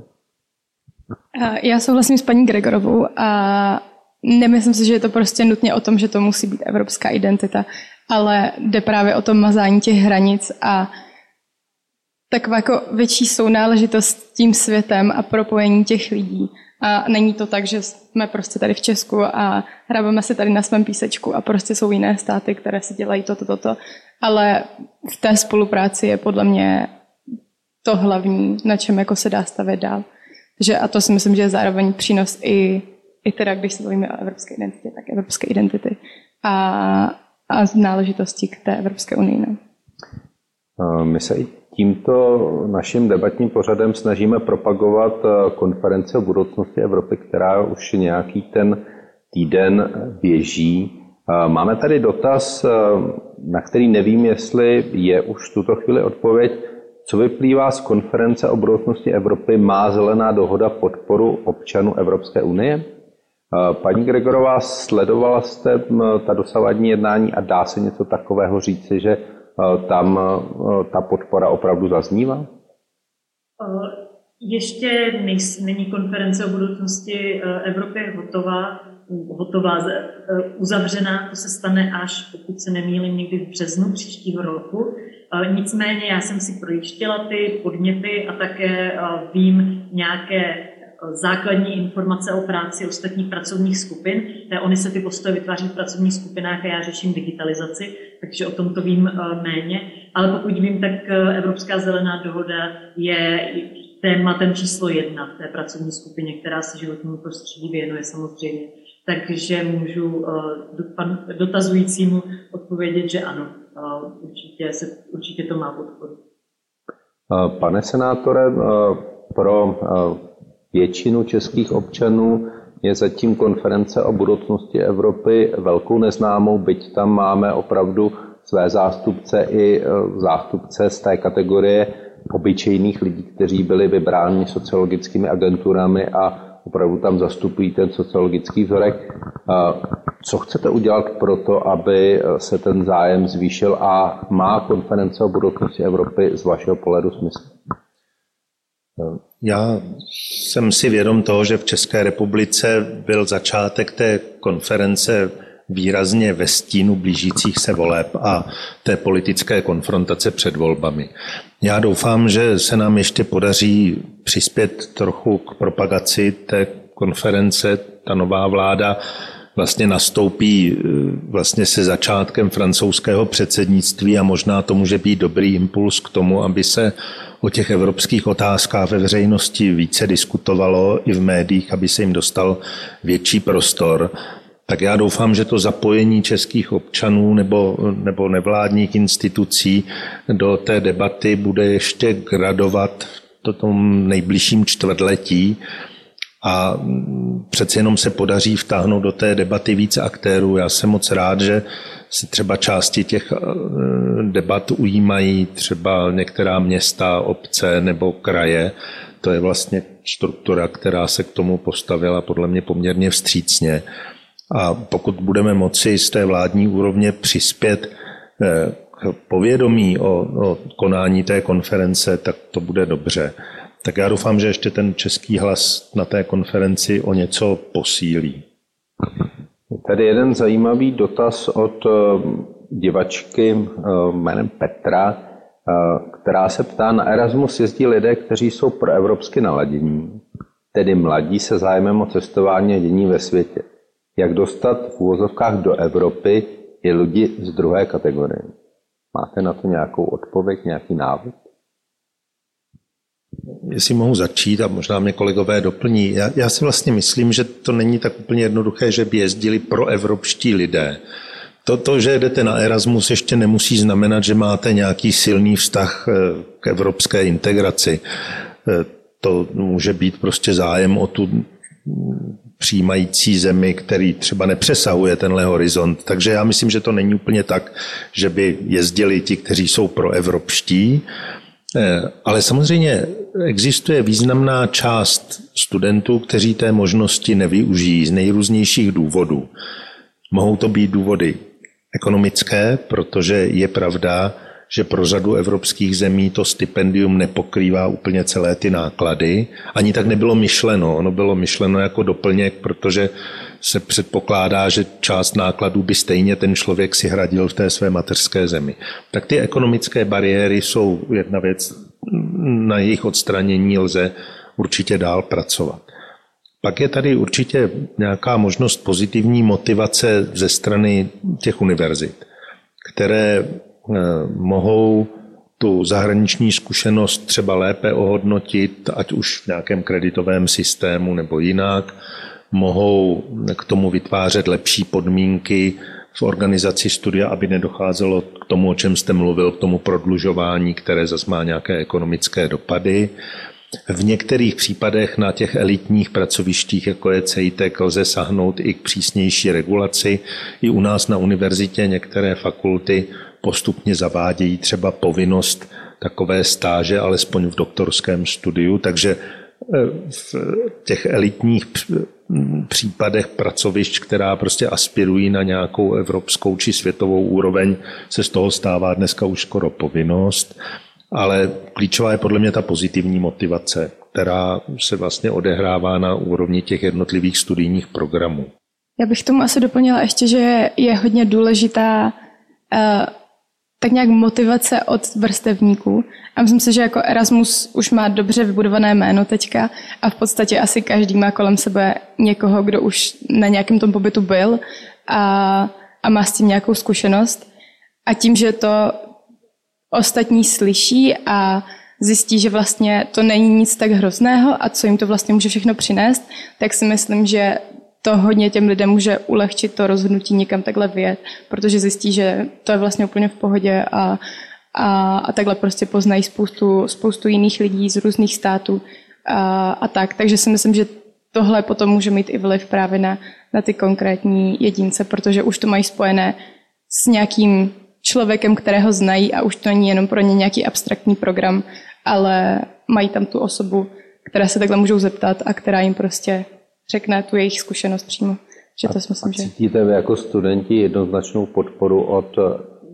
Já souhlasím s paní Gregorovou a nemyslím si, že je to prostě nutně o tom, že to musí být evropská identita, ale jde právě o to mazání těch hranic a taková jako větší sounáležitost s tím světem a propojení těch lidí. A není to tak, že jsme prostě tady v Česku a hrabeme se tady na svém písečku a prostě jsou jiné státy, které si dělají toto, toto. Ale v té spolupráci je podle mě to hlavní, na čem jako se dá stavět dál. Takže a to si myslím, že je zároveň přínos i, i teda, když se bavíme o evropské identitě, tak evropské identity a, a náležitosti k té Evropské unii. Ne? My se i tímto naším debatním pořadem snažíme propagovat konferenci o budoucnosti Evropy, která už nějaký ten týden běží. Máme tady dotaz, na který nevím, jestli je už v tuto chvíli odpověď. Co vyplývá z konference o budoucnosti Evropy? Má zelená dohoda podporu občanů Evropské unie? Paní Gregorová, sledovala jste ta dosavadní jednání a dá se něco takového říci, že tam ta podpora opravdu zaznívá? Ještě není konference o budoucnosti Evropy hotová, hotová, uzavřená, to se stane až, pokud se nemýlím, někdy v březnu příštího roku. Nicméně já jsem si projížděla ty podněty a také vím nějaké základní informace o práci ostatních pracovních skupin. Ony se ty postoje vytváří v pracovních skupinách a já řeším digitalizaci, takže o tom to vím méně. Ale pokud vím, tak Evropská zelená dohoda je tématem číslo jedna v té pracovní skupině, která se životnímu prostředí věnuje samozřejmě. Takže můžu dotazujícímu odpovědět, že ano, určitě, se, určitě to má podporu. Pane senátore, pro většinu českých občanů je zatím konference o budoucnosti Evropy velkou neznámou, byť tam máme opravdu své zástupce i zástupce z té kategorie obyčejných lidí, kteří byli vybráni sociologickými agenturami a opravdu tam zastupují ten sociologický vzorek. Co chcete udělat pro to, aby se ten zájem zvýšil a má konference o budoucnosti Evropy z vašeho pohledu smysl? Já jsem si vědom toho, že v České republice byl začátek té konference výrazně ve stínu blížících se voleb a té politické konfrontace před volbami. Já doufám, že se nám ještě podaří přispět trochu k propagaci té konference. Ta nová vláda vlastně nastoupí vlastně se začátkem francouzského předsednictví a možná to může být dobrý impuls k tomu, aby se o těch evropských otázkách ve veřejnosti více diskutovalo i v médiích, aby se jim dostal větší prostor. Tak já doufám, že to zapojení českých občanů nebo, nebo nevládních institucí do té debaty bude ještě gradovat v tom nejbližším čtvrtletí a přece jenom se podaří vtáhnout do té debaty více aktérů. Já jsem moc rád, že si třeba části těch debat ujímají třeba některá města, obce nebo kraje. To je vlastně struktura, která se k tomu postavila podle mě poměrně vstřícně. A pokud budeme moci z té vládní úrovně přispět k povědomí o, o konání té konference, tak to bude dobře. Tak já doufám, že ještě ten český hlas na té konferenci o něco posílí. Tady jeden zajímavý dotaz od divačky jménem Petra, která se ptá, na Erasmus jezdí lidé, kteří jsou proevropsky naladění, tedy mladí se zájmem o cestování a dění ve světě. Jak dostat v uvozovkách do Evropy i lidi z druhé kategorie? Máte na to nějakou odpověď, nějaký návod? Jestli mohu začít a možná mě kolegové doplní. Já, já si vlastně myslím, že to není tak úplně jednoduché, že by jezdili proevropští lidé. To, že jedete na Erasmus, ještě nemusí znamenat, že máte nějaký silný vztah k evropské integraci. To může být prostě zájem o tu přijímající zemi, který třeba nepřesahuje tenhle horizont. Takže já myslím, že to není úplně tak, že by jezdili ti, kteří jsou proevropští. Ale samozřejmě existuje významná část studentů, kteří té možnosti nevyužijí z nejrůznějších důvodů. Mohou to být důvody ekonomické, protože je pravda, že pro řadu evropských zemí to stipendium nepokrývá úplně celé ty náklady. Ani tak nebylo myšleno. Ono bylo myšleno jako doplněk, protože se předpokládá, že část nákladů by stejně ten člověk si hradil v té své mateřské zemi. Tak ty ekonomické bariéry jsou jedna věc, na jejich odstranění lze určitě dál pracovat. Pak je tady určitě nějaká možnost pozitivní motivace ze strany těch univerzit, které mohou tu zahraniční zkušenost třeba lépe ohodnotit, ať už v nějakém kreditovém systému nebo jinak, mohou k tomu vytvářet lepší podmínky v organizaci studia, aby nedocházelo k tomu, o čem jste mluvil, k tomu prodlužování, které zase má nějaké ekonomické dopady. V některých případech na těch elitních pracovištích, jako je CEITEC, lze sahnout i k přísnější regulaci. I u nás na univerzitě některé fakulty postupně zavádějí třeba povinnost takové stáže, alespoň v doktorském studiu, takže v těch elitních případech pracovišť, která prostě aspirují na nějakou evropskou či světovou úroveň, se z toho stává dneska už skoro povinnost, ale klíčová je podle mě ta pozitivní motivace, která se vlastně odehrává na úrovni těch jednotlivých studijních programů. Já bych tomu asi doplnila ještě, že je hodně důležitá uh, tak nějak motivace od vrstevníků. A myslím si, že jako Erasmus už má dobře vybudované jméno teďka a v podstatě asi každý má kolem sebe někoho, kdo už na nějakém tom pobytu byl a, a má s tím nějakou zkušenost. A tím, že to ostatní slyší a zjistí, že vlastně to není nic tak hrozného a co jim to vlastně může všechno přinést, tak si myslím, že to hodně těm lidem může ulehčit to rozhodnutí někam takhle vyjet, protože zjistí, že to je vlastně úplně v pohodě a, a, a takhle prostě poznají spoustu, spoustu jiných lidí z různých států a, a tak. Takže si myslím, že tohle potom může mít i vliv právě na, na ty konkrétní jedince, protože už to mají spojené s nějakým člověkem, kterého znají a už to není jenom pro ně nějaký abstraktní program, ale mají tam tu osobu, které se takhle můžou zeptat a která jim prostě řekne tu jejich zkušenost přímo. Že to a, myslím, a že... cítíte vy jako studenti jednoznačnou podporu od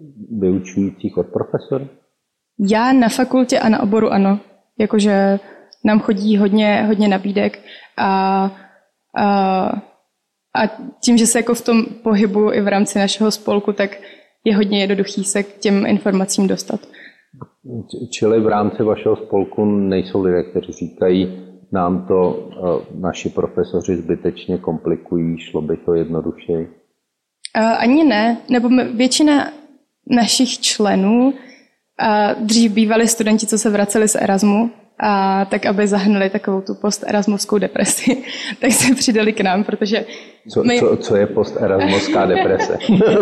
vyučujících, od profesorů? Já na fakultě a na oboru ano. Jakože nám chodí hodně, hodně nabídek a, a, a tím, že se jako v tom pohybu i v rámci našeho spolku, tak je hodně jednoduchý se k těm informacím dostat. Čili v rámci vašeho spolku nejsou lidé, kteří říkají, nám to naši profesoři zbytečně komplikují, šlo by to jednodušeji? Ani ne, nebo většina našich členů dřív bývali studenti, co se vraceli z Erasmu, a tak aby zahnuli takovou tu post-erasmovskou depresi, tak se přidali k nám, protože... Co, my... co, co je post-erasmovská deprese?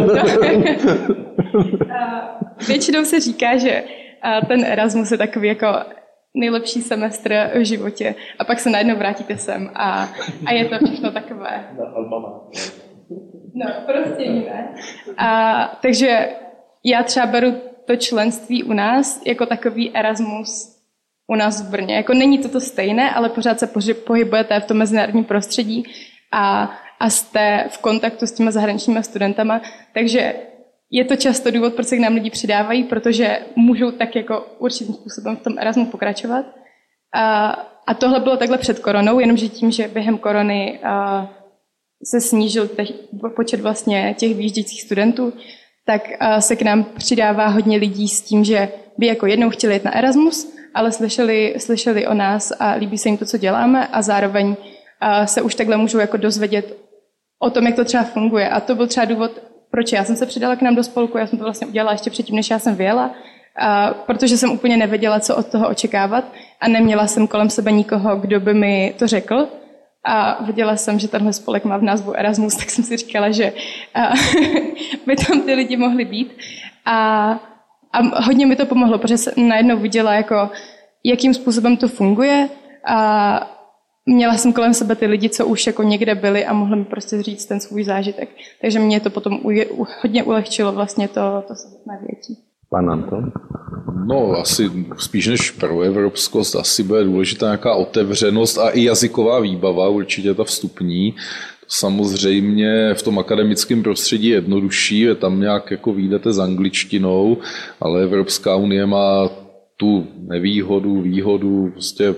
Většinou se říká, že ten Erasmus je takový jako nejlepší semestr v životě a pak se najednou vrátíte sem a, a je to všechno takové. No, prostě jiné. A, takže já třeba beru to členství u nás jako takový Erasmus u nás v Brně. Jako není to to stejné, ale pořád se pohybujete v tom mezinárodním prostředí a, a jste v kontaktu s těma zahraničníma studentama, takže je to často důvod, proč se k nám lidi přidávají, protože můžou tak jako určitým způsobem v tom Erasmu pokračovat. A, a tohle bylo takhle před koronou, jenomže tím, že během korony a, se snížil te, počet vlastně těch výjíždějících studentů, tak a, se k nám přidává hodně lidí s tím, že by jako jednou chtěli jít na Erasmus, ale slyšeli, slyšeli o nás a líbí se jim to, co děláme a zároveň a, se už takhle můžou jako dozvědět o tom, jak to třeba funguje. A to byl třeba důvod, proč já jsem se přidala k nám do spolku, já jsem to vlastně udělala ještě předtím, než já jsem vyjela, a, protože jsem úplně nevěděla, co od toho očekávat a neměla jsem kolem sebe nikoho, kdo by mi to řekl. A viděla jsem, že tenhle spolek má v názvu Erasmus, tak jsem si říkala, že a, by tam ty lidi mohli být. A, a hodně mi to pomohlo, protože jsem najednou viděla, jako, jakým způsobem to funguje a měla jsem kolem sebe ty lidi, co už jako někde byli a mohli mi prostě říct ten svůj zážitek. Takže mě to potom uje, hodně ulehčilo vlastně to, to samotné větí. Pan Anton? No, asi spíš než proevropskost, asi bude důležitá nějaká otevřenost a i jazyková výbava, určitě ta vstupní. Samozřejmě v tom akademickém prostředí je jednodušší, je tam nějak jako vyjdete s angličtinou, ale Evropská unie má tu nevýhodu, výhodu, prostě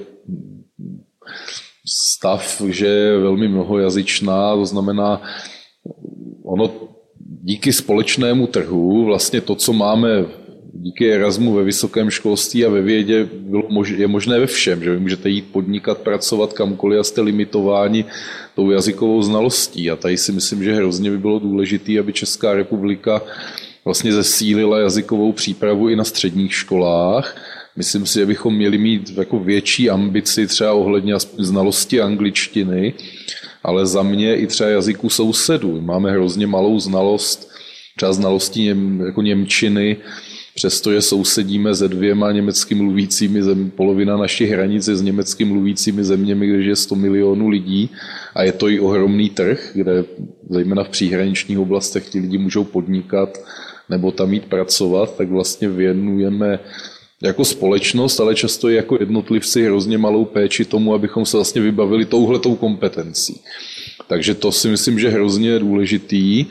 stav, že je velmi mnohojazyčná, to znamená, ono díky společnému trhu, vlastně to, co máme díky Erasmu ve vysokém školství a ve vědě, bylo mož, je možné ve všem, že vy můžete jít podnikat, pracovat kamkoliv a jste limitováni tou jazykovou znalostí. A tady si myslím, že hrozně by bylo důležité, aby Česká republika vlastně zesílila jazykovou přípravu i na středních školách. Myslím si, že bychom měli mít jako větší ambici třeba ohledně znalosti angličtiny, ale za mě i třeba jazyků sousedů. Máme hrozně malou znalost, třeba znalosti něm, jako němčiny, přestože sousedíme se dvěma německy mluvícími zeměmi, polovina našich hranic je s německy mluvícími zeměmi, kde je sto milionů lidí a je to i ohromný trh, kde zejména v příhraničních oblastech ti lidi můžou podnikat nebo tam jít pracovat, tak vlastně věnujeme jako společnost, ale často i jako jednotlivci hrozně malou péči tomu, abychom se vlastně vybavili touhletou kompetencí. Takže to si myslím, že hrozně je důležitý.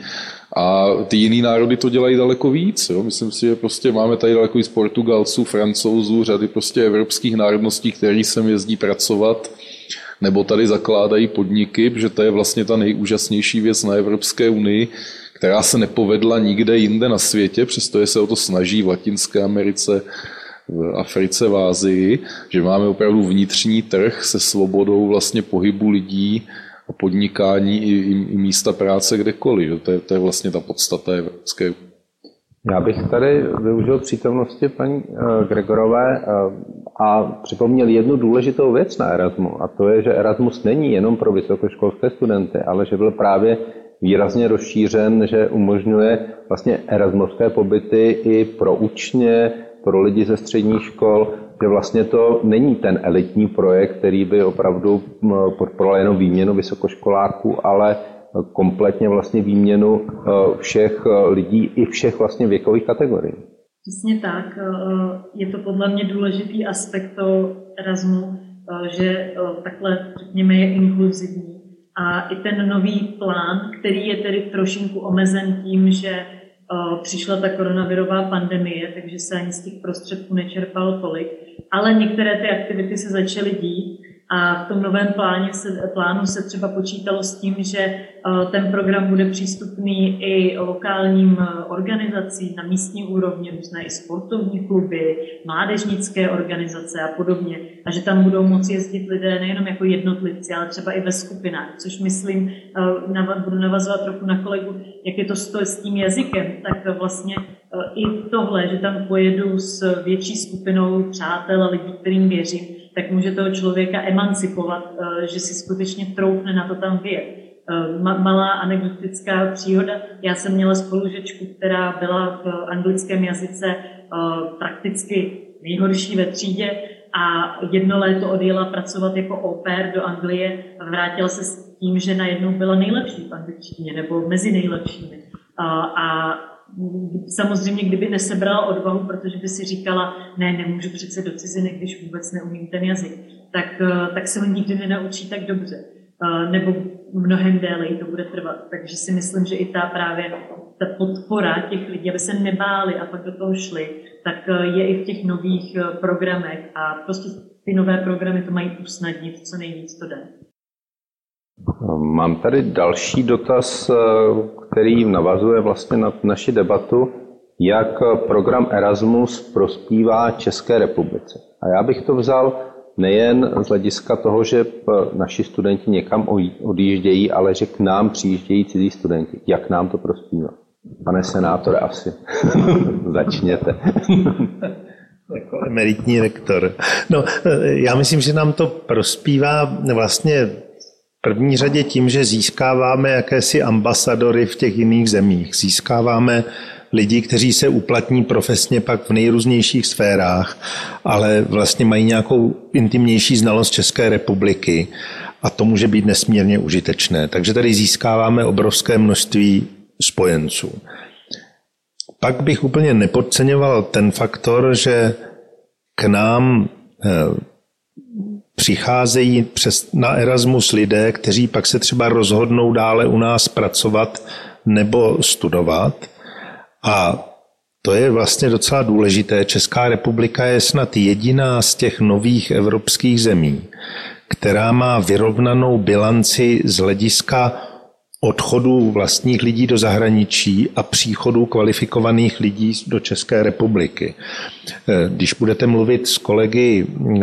A ty jiný národy to dělají daleko víc. Jo? Myslím si, že prostě máme tady daleko víc Portugalců, Francouzů, řady prostě evropských národností, který sem jezdí pracovat, nebo tady zakládají podniky, protože to je vlastně ta nejúžasnější věc na Evropské unii, která se nepovedla nikde jinde na světě, přestože se o to snaží v Latinské Americe, v Africe, v Ázii, že máme opravdu vnitřní trh se svobodou vlastně pohybu lidí a podnikání i, i, i místa práce kdekoliv. To je, to je vlastně ta podstata Evropské. Já bych tady využil přítomnosti paní Gregorové a připomněl jednu důležitou věc na Erasmu, a to je, že Erasmus není jenom pro vysokoškolské studenty, ale že byl právě výrazně rozšířen, že umožňuje vlastně erasmovské pobyty i pro učně, pro lidi ze středních škol, že vlastně to není ten elitní projekt, který by opravdu podporoval jenom výměnu vysokoškoláků, ale kompletně vlastně výměnu všech lidí i všech vlastně věkových kategorií. Přesně tak. Je to podle mě důležitý aspekt toho Erasmu, že takhle, řekněme, je inkluzivní. A i ten nový plán, který je tedy trošinku omezen tím, že přišla ta koronavirová pandemie, takže se ani z těch prostředků nečerpalo tolik, ale některé ty aktivity se začaly dít a v tom novém plánu se, plánu se třeba počítalo s tím, že ten program bude přístupný i lokálním organizacím na místní úrovni, různé i sportovní kluby, mládežnické organizace a podobně. A že tam budou moci jezdit lidé nejenom jako jednotlivci, ale třeba i ve skupinách, což myslím, budu navazovat trochu na kolegu, jak je to s tím jazykem, tak vlastně i tohle, že tam pojedu s větší skupinou přátel a lidí, kterým věřím, tak může toho člověka emancipovat, že si skutečně troufne na to tam vyjet. Malá anekdotická příhoda. Já jsem měla spolužečku, která byla v anglickém jazyce prakticky nejhorší ve třídě a jedno léto odjela pracovat jako au pair do Anglie a vrátila se s tím, že najednou byla nejlepší v angličtině nebo mezi nejlepšími. A samozřejmě, kdyby nesebrala odvahu, protože by si říkala, ne, nemůžu přece do ciziny, když vůbec neumím ten jazyk, tak, tak se ho nikdy nenaučí tak dobře. Nebo mnohem déle to bude trvat. Takže si myslím, že i ta právě ta podpora těch lidí, aby se nebáli a pak do toho šli, tak je i v těch nových programech a prostě ty nové programy to mají usnadnit, co nejvíc to jde. Mám tady další dotaz, který navazuje vlastně na naši debatu, jak program Erasmus prospívá České republice. A já bych to vzal nejen z hlediska toho, že naši studenti někam odjíždějí, ale že k nám přijíždějí cizí studenti. Jak nám to prospívá? Pane senátore, asi začněte. Jako emeritní rektor. No, já myslím, že nám to prospívá vlastně v první řadě tím, že získáváme jakési ambasadory v těch jiných zemích. Získáváme lidi, kteří se uplatní profesně pak v nejrůznějších sférách, ale vlastně mají nějakou intimnější znalost České republiky a to může být nesmírně užitečné. Takže tady získáváme obrovské množství spojenců. Pak bych úplně nepodceňoval ten faktor, že k nám přicházejí přes, na Erasmus lidé, kteří pak se třeba rozhodnou dále u nás pracovat nebo studovat. A to je vlastně docela důležité. Česká republika je snad jediná z těch nových evropských zemí, která má vyrovnanou bilanci z hlediska odchodu vlastních lidí do zahraničí a příchodu kvalifikovaných lidí do České republiky. Když budete mluvit s kolegy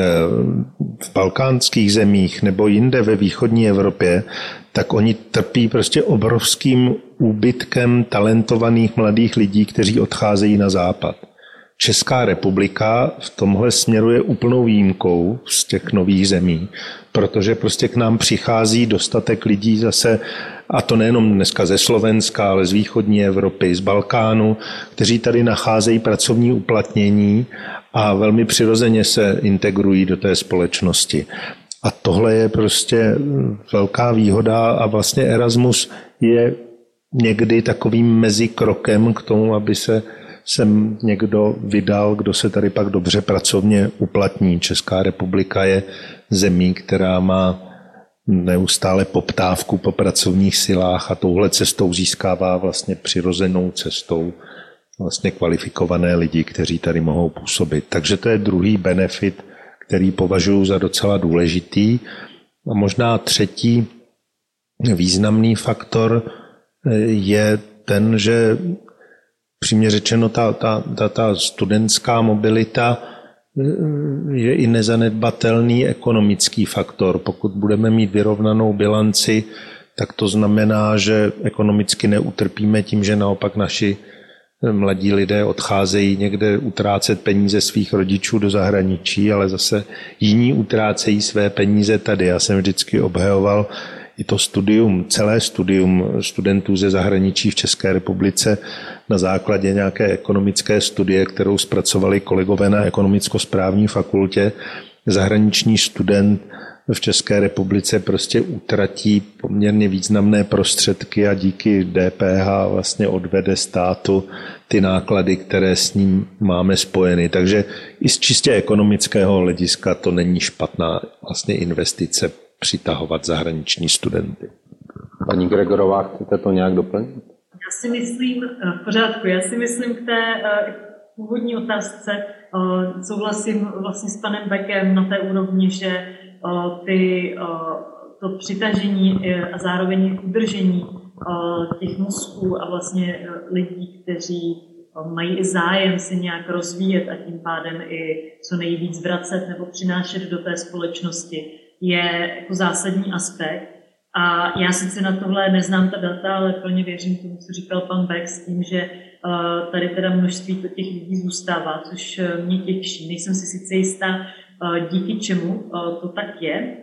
v balkánských zemích nebo jinde ve východní Evropě, tak oni trpí prostě obrovským úbytkem talentovaných mladých lidí, kteří odcházejí na západ. Česká republika v tomhle směru je úplnou výjimkou z těch nových zemí, protože prostě k nám přichází dostatek lidí zase, a to nejenom dneska ze Slovenska, ale z východní Evropy, z Balkánu, kteří tady nacházejí pracovní uplatnění a velmi přirozeně se integrují do té společnosti. A tohle je prostě velká výhoda a vlastně Erasmus je někdy takovým mezikrokem k tomu, aby se sem někdo vydal, kdo se tady pak dobře pracovně uplatní. Česká republika je zemí, která má neustále poptávku po pracovních silách a touhle cestou získává vlastně přirozenou cestou vlastně kvalifikované lidi, kteří tady mohou působit. Takže to je druhý benefit, který považuji za docela důležitý. A možná třetí významný faktor je ten, že přímě řečeno ta, ta, ta, ta studentská mobilita je i nezanedbatelný ekonomický faktor. Pokud budeme mít vyrovnanou bilanci, tak to znamená, že ekonomicky neutrpíme tím, že naopak naši mladí lidé odcházejí někde utrácet peníze svých rodičů do zahraničí, ale zase jiní utrácejí své peníze tady. Já jsem vždycky obhajoval i to studium, celé studium studentů ze zahraničí v České republice na základě nějaké ekonomické studie, kterou zpracovali kolegové na ekonomicko-správní fakultě. Zahraniční student v České republice prostě utratí poměrně významné prostředky a díky D P H vlastně odvede státu ty náklady, které s ním máme spojeny. Takže i z čistě ekonomického hlediska to není špatná vlastně investice přitahovat zahraniční studenty. Paní Gregorová, chcete to nějak doplnit? Já si myslím, v pořádku, já si myslím k té původní otázce, souhlasím vlastně s panem Beckem na té úrovni, že ty, to přitažení a zároveň udržení těch mozků a vlastně lidí, kteří mají i zájem se nějak rozvíjet a tím pádem i co nejvíc vracet nebo přinášet do té společnosti, je jako zásadní aspekt. A já sice na tohle neznám ta data, ale plně věřím tomu, co říkal pan Beck s tím, že tady teda množství těch lidí zůstává, což mě těší. Nejsem si sice jistá, díky čemu to tak je,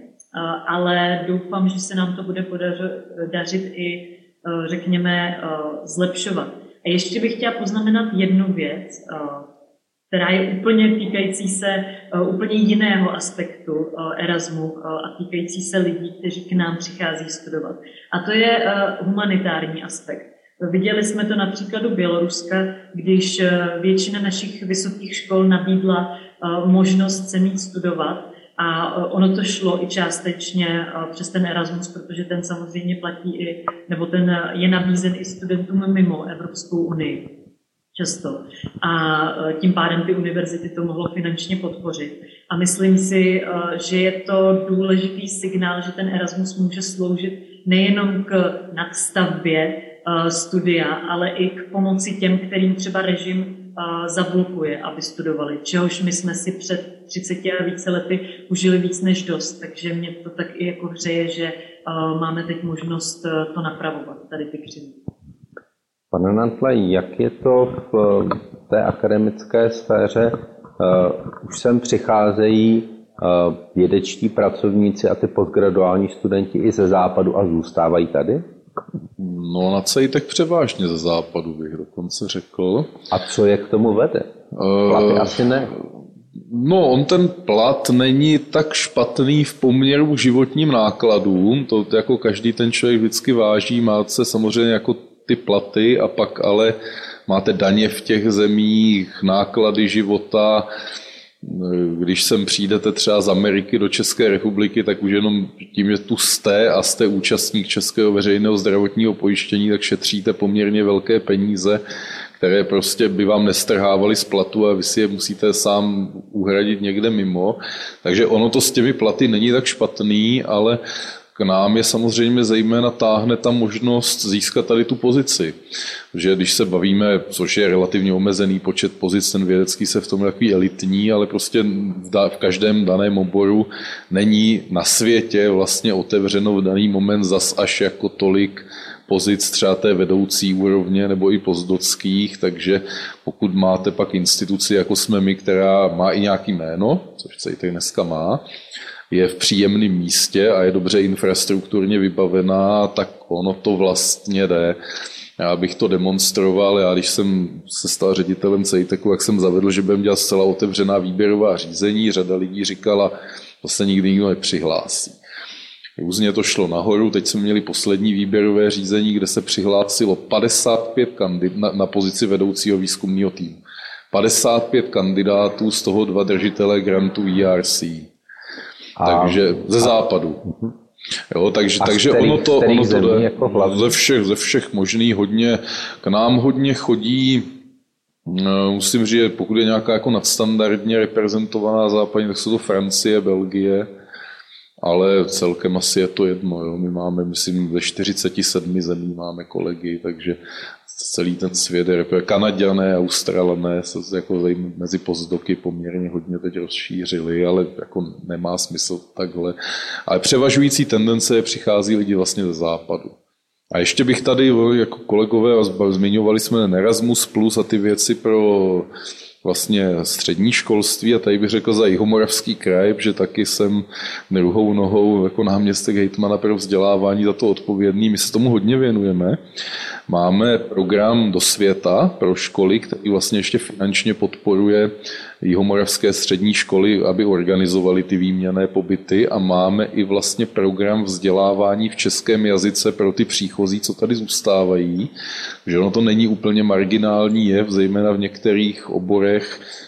ale doufám, že se nám to bude podařit i, řekněme, zlepšovat. A ještě bych chtěla poznamenat jednu věc, která je úplně týkající se úplně jiného aspektu Erasmu a týkající se lidí, kteří k nám přichází studovat. A to je humanitární aspekt. Viděli jsme to na příkladu Běloruska, když většina našich vysokých škol nabídla možnost se mít studovat a ono to šlo i částečně přes ten Erasmus, protože ten samozřejmě platí i, nebo ten je nabízen i studentům mimo Evropskou unii. Často. A tím pádem ty univerzity to mohlo finančně podpořit. A myslím si, že je to důležitý signál, že ten Erasmus může sloužit nejenom k nadstavbě studia, ale i k pomoci těm, kterým třeba režim zablokuje, aby studovali. Čehož my jsme si před třiceti a více lety užili víc než dost. Takže mě to tak i jako hřeje, že máme teď možnost to napravovat, tady ty křivdy. Pane Nantle, jak je to v té akademické sféře? Uh, už sem přicházejí uh, vědečtí pracovníci a ty postgraduální studenti i ze západu a zůstávají tady? No na cejtech převážně ze západu bych dokonce řekl. A co je k tomu vede? Platy uh, asi ne. No, on ten plat není tak špatný v poměru životním nákladům, to jako každý ten člověk vždycky váží, má se samozřejmě jako ty platy a pak ale máte daně v těch zemích, náklady života. Když sem přijdete třeba z Ameriky do České republiky, tak už jenom tím, že tu jste a jste účastník Českého veřejného zdravotního pojištění, tak šetříte poměrně velké peníze, které prostě by vám nestrhávaly z platu a vy si je musíte sám uhradit někde mimo. Takže ono to s těmi platy není tak špatný, ale k nám je samozřejmě zejména táhne ta možnost získat tady tu pozici. Že když se bavíme, což je relativně omezený počet pozic, ten vědecký se v tom takový elitní, ale prostě v každém daném oboru není na světě vlastně otevřeno v daný moment zas až jako tolik pozic třeba té vedoucí úrovně nebo i postdockých, takže pokud máte pak instituci, jako jsme my, která má i nějaký jméno, což se i tak dneska má, je v příjemném místě a je dobře infrastrukturně vybavená, tak ono to vlastně jde. Já bych to demonstroval, já když jsem se stal ředitelem CEITECu, jak jsem zavedl, že budeme dělat zcela otevřená výběrová řízení, řada lidí říkala, to se nikdy nikdo nepřihlásí. Různě to šlo nahoru, teď jsme měli poslední výběrové řízení, kde se přihlásilo padesát pět kandidátů na, na pozici vedoucího výzkumného týmu. padesát pět kandidátů, z toho dva držitelé grantu E R C. A, takže ze západu. Jo, takže takže který, ono to, ono to jde jako ze všech, ze všech možných hodně, k nám hodně chodí, musím říct, pokud je nějaká jako nadstandardně reprezentovaná západní, tak jsou to Francie, Belgie, ale celkem asi je to jedno. Jo. My máme, myslím, ze čtyřiceti sedmi zemí máme kolegy, takže celý ten svět je Kanaďané, Australané se jako mezi postdoky poměrně hodně teď rozšířili, ale jako nemá smysl takhle. Ale převažující tendence je, přichází lidi vlastně ze západu. A ještě bych tady, jako kolegové, zmiňovali jsme Erasmus plus a ty věci pro vlastně střední školství a tady bych řekl za Jihomoravský kraj, že taky jsem druhou nohou jako náměstek hejtmana pro vzdělávání za to odpovědný. My se tomu hodně věnujeme. Máme program Do světa pro školy, který vlastně ještě finančně podporuje jihomoravské střední školy, aby organizovali ty výměnné pobyty a máme i vlastně program vzdělávání v českém jazyce pro ty příchozí, co tady zůstávají. Že ono to není úplně marginální jev, zejména v některých oborech,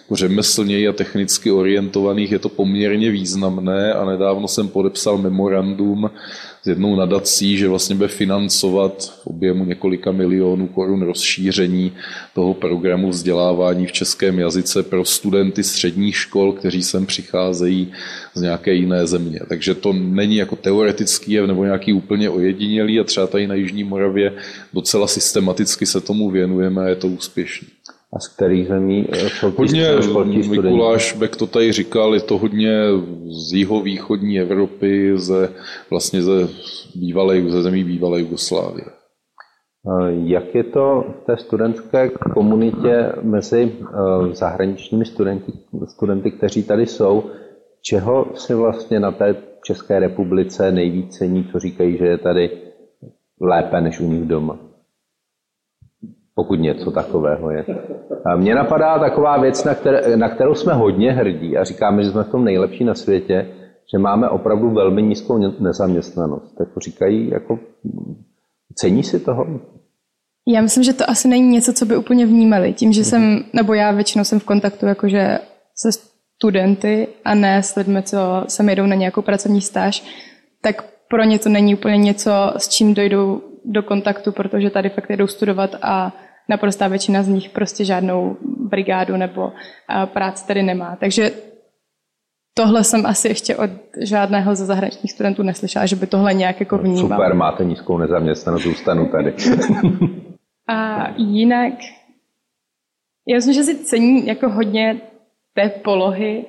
řemeslněji a technicky orientovaných je to poměrně významné a nedávno jsem podepsal memorandum s jednou nadací, že vlastně bude financovat v objemu několika milionů korun rozšíření toho programu vzdělávání v českém jazyce pro studenty středních škol, kteří sem přicházejí z nějaké jiné země. Takže to není jako teoretický jev nebo nějaký úplně ojedinělý a třeba tady na Jižní Moravě docela systematicky se tomu věnujeme a je to úspěšné. A z kterých zemí jsou ti hodně, studenti? Mikuláš Bek to tady říkal, je to hodně z jihovýchodní Evropy, ze, vlastně ze, bývalé, ze zemí bývalé Jugoslávie. Jak je to v té studentské komunitě mezi zahraničními studenty, studenty, kteří tady jsou? Čeho si vlastně na té České republice nejvíc cení, co říkají, že je tady lépe než u nich doma? Pokud něco takového je. A mně napadá taková věc, na, které, na kterou jsme hodně hrdí a říkáme, že jsme v tom nejlepší na světě, že máme opravdu velmi nízkou nezaměstnanost. Tak říkají, jako cení si toho? Já myslím, že to asi není něco, co by úplně vnímali. Tím, že jsem, nebo já většinou jsem v kontaktu jakože se studenty a ne s lidmi, co sem jedou na nějakou pracovní stáž, tak pro ně to není úplně něco, s čím dojdou do kontaktu, protože tady fakt jedou studovat a naprostá většina z nich prostě žádnou brigádu nebo práci tady nemá. Takže tohle jsem asi ještě od žádného ze zahraničních studentů neslyšela, že by tohle nějak jako vnímal. Super, máte nízkou nezaměstnanost, zůstanu tady. A jinak, já myslím, že si cení jako hodně té polohy,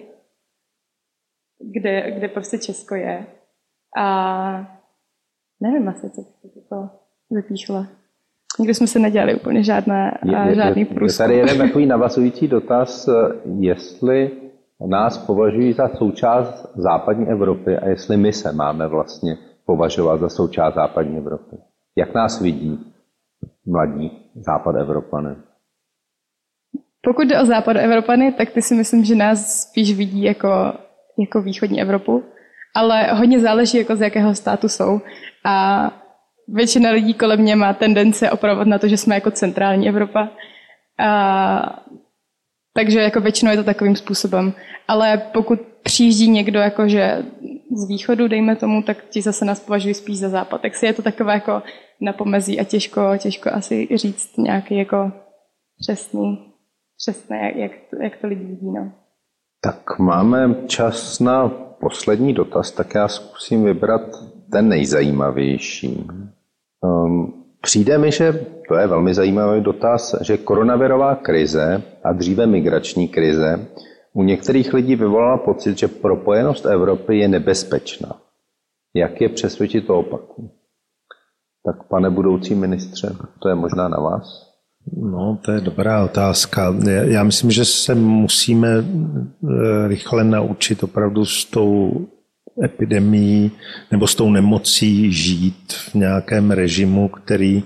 kde, kde prostě Česko je. A nevím asi, co bych to vypíchla. Nikdy jsme se nedělali úplně žádné, je, žádný průzkum. Je tady jeden takový navazující dotaz, jestli nás považují za součást západní Evropy a jestli my se máme vlastně považovat za součást západní Evropy. Jak nás vidí mladí západoevropané? Pokud jde o západoevropany, tak ty si myslím, že nás spíš vidí jako, jako východní Evropu, ale hodně záleží, jako z jakého státu jsou. A většina lidí kolem mě má tendence opravovat na to, že jsme jako centrální Evropa. A, takže jako většinou je to takovým způsobem. Ale pokud přijíždí někdo jakože z východu, dejme tomu, tak ti zase nás považují spíš za západ. Tak si je to takové jako na pomezí a těžko, těžko asi říct nějaký jako přesný, přesné, jak to, jak to lidi vidí. No. Tak máme čas na poslední dotaz, tak já zkusím vybrat ten nejzajímavější. Um, přijde mi, že to je velmi zajímavý dotaz, že koronavirová krize a dříve migrační krize u některých lidí vyvolala pocit, že propojenost Evropy je nebezpečná. Jak je přesvědčit o opaku? Tak pane budoucí ministře, to je možná na vás. No, to je dobrá otázka. Já myslím, že se musíme rychle naučit opravdu s tou epidemií nebo s tou nemocí žít v nějakém režimu, který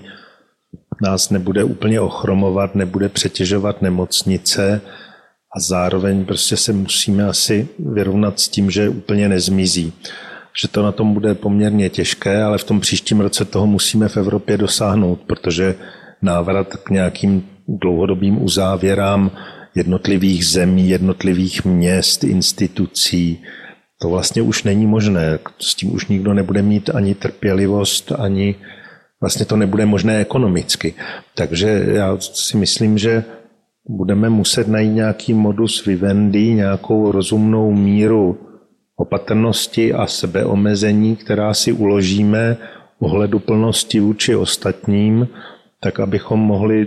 nás nebude úplně ochromovat, nebude přetěžovat nemocnice a zároveň prostě se musíme asi vyrovnat s tím, že úplně nezmizí. Že to na tom bude poměrně těžké, ale v tom příštím roce toho musíme v Evropě dosáhnout, protože návrat k nějakým dlouhodobým uzávěrám jednotlivých zemí, jednotlivých měst, institucí, to vlastně už není možné. S tím už nikdo nebude mít ani trpělivost, ani vlastně to nebude možné ekonomicky. Takže já si myslím, že budeme muset najít nějaký modus vivendi, nějakou rozumnou míru opatrnosti a sebeomezení, která si uložíme ohleduplnosti vůči ostatním, tak abychom mohli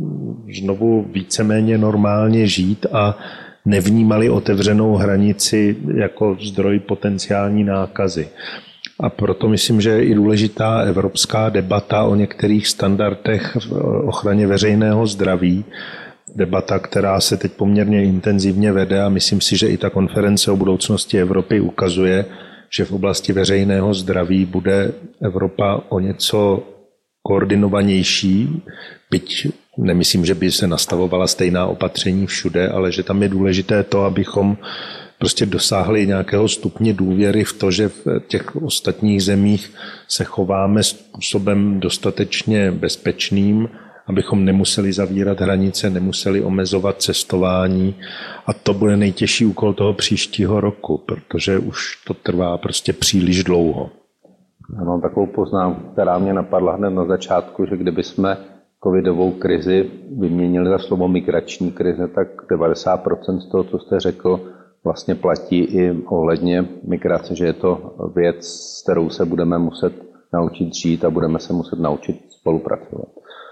znovu víceméně normálně žít a nevnímali otevřenou hranici jako zdroj potenciální nákazy. A proto myslím, že je i důležitá evropská debata o některých standardech v ochraně veřejného zdraví. Debata, která se teď poměrně intenzivně vede a myslím si, že i ta konference o budoucnosti Evropy ukazuje, že v oblasti veřejného zdraví bude Evropa o něco koordinovanější, byť nemyslím, že by se nastavovala stejná opatření všude, ale že tam je důležité to, abychom prostě dosáhli nějakého stupně důvěry v to, že v těch ostatních zemích se chováme způsobem dostatečně bezpečným abychom nemuseli zavírat hranice, nemuseli omezovat cestování a to bude nejtěžší úkol toho příštího roku, protože už to trvá prostě příliš dlouho. Já mám takovou poznámku, která mě napadla hned na začátku, že kdyby jsme covidovou krizi vyměnili za slovo migrační krize, tak devadesát procent z toho, co jste řekl, vlastně platí i ohledně migrace, že je to věc, s kterou se budeme muset naučit žít a budeme se muset naučit spolupracovat.